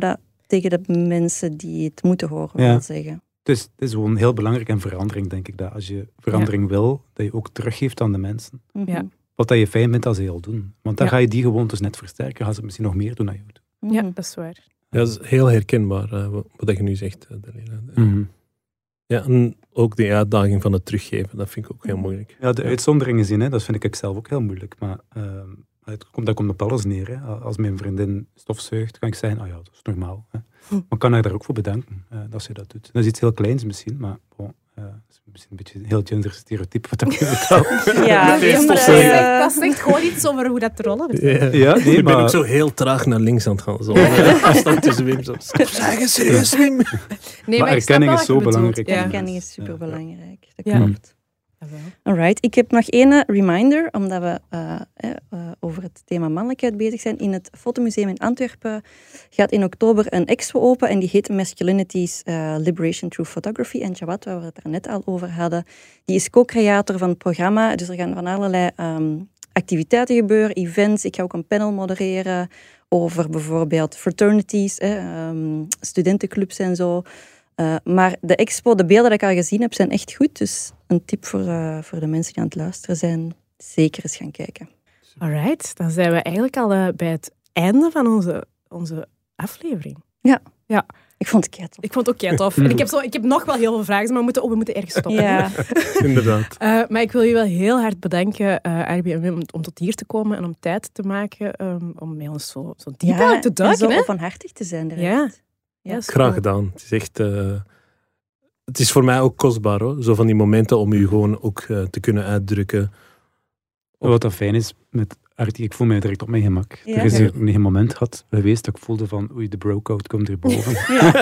tegen de mensen die het moeten horen, wil zeggen. Dus het is gewoon heel belangrijk in verandering, denk ik. Dat als je verandering wil, dat je ook teruggeeft aan de mensen. Ja. Wat dat je fijn vindt als ze heel doen. Want dan ga je die gewoontes net versterken. Gaan ze misschien nog meer doen dan jou doen. Ja, dat is waar. Ja, dat is heel herkenbaar, wat je nu zegt, Dalila. Ja, en ook de uitdaging van het teruggeven, dat vind ik ook heel moeilijk. Ja, de uitzonderingen zien, dat vind ik zelf ook heel moeilijk. Maar dat komt op alles neer. Hè. Als mijn vriendin stofzuigt, kan ik zeggen, dat is normaal. Hè. Maar ik kan haar daar ook voor bedanken dat ze dat doet. Dat is iets heel kleins misschien, maar dat is misschien een beetje een heel genderstereotype wat dat betreft. Ja, dat zegt gewoon iets over hoe dat te rollen betreft. Ja, nu ben ik zo heel traag naar links aan het gaan. Zo afstand tussen Wim. Zeg serieus, Wim. Nee, maar erkenning is zo belangrijk. Erkenning is superbelangrijk. Dat klopt. Alright, ik heb nog één reminder, omdat we over het thema mannelijkheid bezig zijn. In het Fotomuseum in Antwerpen gaat in oktober een expo open en die heet Masculinities Liberation Through Photography. En Jawad, waar we het er net al over hadden, die is co-creator van het programma. Dus er gaan van allerlei activiteiten gebeuren, events. Ik ga ook een panel modereren over bijvoorbeeld fraternities, studentenclubs en zo. Maar de expo, de beelden die ik al gezien heb, zijn echt goed. Dus een tip voor de mensen die aan het luisteren zijn. Zeker eens gaan kijken. Alright, dan zijn we eigenlijk al bij het einde van onze aflevering. Ja. Ik vond het keitof. Ik vond het ook keitof. En ik heb nog wel heel veel vragen, maar we moeten ergens stoppen. Ja. Inderdaad. Maar ik wil je wel heel hard bedanken, Arbi en Wim, om tot hier te komen en om tijd te maken om met ons zo diep uit te duiken. En zo openhartig te zijn direct. Ja, graag gedaan. Het is echt... het is voor mij ook kostbaar, hoor. Zo van die momenten om je gewoon ook te kunnen uitdrukken. Wat dat fijn is met Artie, ik voel mij direct op mijn gemak. Er is hier een moment gehad geweest dat ik voelde van oei, de bro-code komt erboven.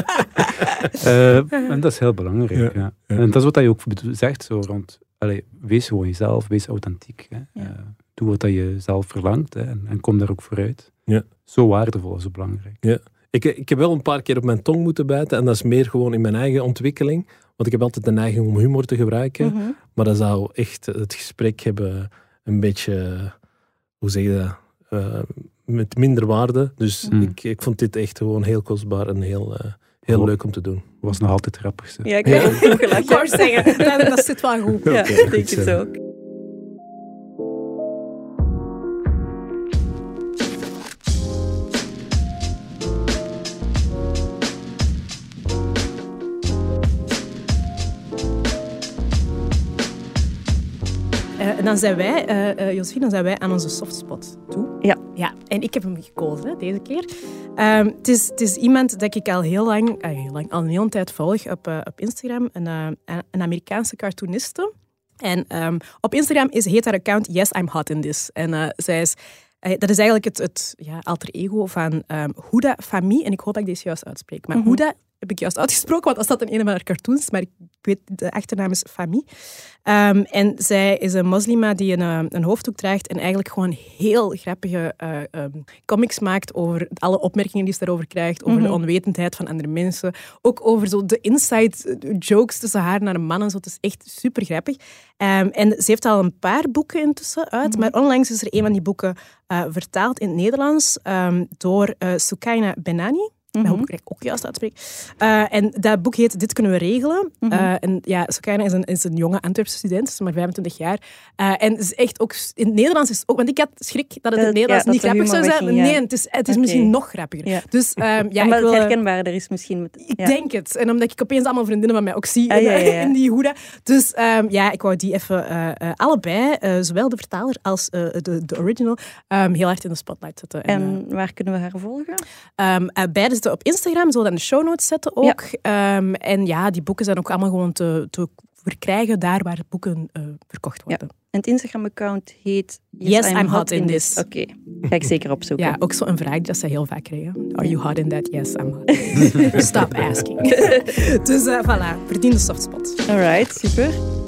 En dat is heel belangrijk. Ja. En dat is wat je ook zegt, zo rond, wees gewoon jezelf, wees authentiek. Hè. Doe wat je zelf verlangt, hè, en kom daar ook vooruit. Ja. Zo waardevol, zo belangrijk. Ja. Ik heb wel een paar keer op mijn tong moeten bijten en dat is meer gewoon in mijn eigen ontwikkeling. Want ik heb altijd de neiging om humor te gebruiken. Mm-hmm. Maar dat zou echt het gesprek hebben een beetje, hoe zeg je dat, met minder waarde. Dus ik vond dit echt gewoon heel kostbaar en heel leuk om te doen. Was nog altijd grappig. Ja, ik heb ook gelachen. Ik wou zeggen, dat zit wel goed. Ja, ik denk het ook. En dan zijn wij, Josephine, aan onze softspot toe. Ja. En ik heb hem gekozen, deze keer. Het is iemand dat ik al heel lang, al een hele tijd volg op Instagram. Een Amerikaanse cartooniste. En op Instagram heet haar account Yes, I'm Hot in This. En zij is... dat is eigenlijk het alter ego van Huda Fahmy. En ik hoop dat ik deze juist uitspreek. Maar Huda heb ik juist uitgesproken, want dat staat in een van haar cartoons. Maar ik weet, de achternaam is Fahmy. En zij is een moslima die een hoofddoek draagt en eigenlijk gewoon heel grappige comics maakt over alle opmerkingen die ze daarover krijgt, over de onwetendheid van andere mensen. Ook over zo de inside jokes tussen haar en haar man en zo. Het is echt super grappig. En ze heeft al een paar boeken intussen uit, maar onlangs is er een van die boeken vertaald in het Nederlands door Soukaina Benani. Dat hoop ik ook juist uitspreek. En dat boek heet Dit kunnen we regelen. En ja, Soukaina is een jonge Antwerpse student, is maar 25 jaar. En het is echt ook in het Nederlands is ook, want ik had schrik dat het in het Nederlands niet grappig zou zijn, maar nee, het is misschien nog grappiger. Ja. Dus omdat het herkenbaarder is misschien. Ik denk het. En omdat ik opeens allemaal vriendinnen van mij ook zie in die Huda. Dus ik wou die even allebei, zowel de vertaler als de original, heel hard in de spotlight zetten. En waar kunnen we haar volgen? Beide zitten op Instagram, zullen we dat in de show notes zetten ook. Ja. En ja, die boeken zijn ook allemaal gewoon te verkrijgen daar waar boeken verkocht worden. Ja. En het Instagram-account heet Yes, I'm hot in this. Oké, ga ik zeker opzoeken. Ja, ook zo'n vraag dat ze heel vaak krijgen. Are you hot in that? Yes, I'm hot. Stop asking. Dus voilà, verdien de softspot. Alright, super.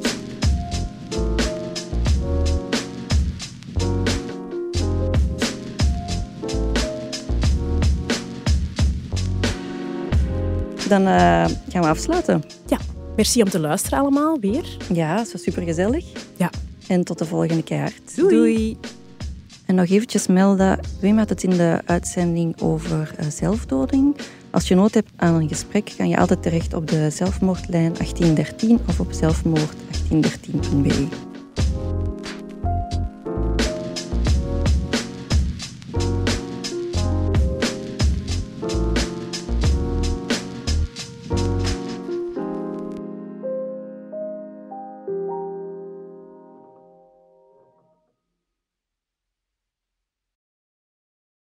Dan gaan we afsluiten. Ja, merci om te luisteren allemaal weer. Ja, het was super gezellig. Ja. En tot de volgende keer. Doei. En nog eventjes melden, Wim had het in de uitzending over zelfdoding. Als je nood hebt aan een gesprek, kan je altijd terecht op de zelfmoordlijn 1813 of op zelfmoord1813.be.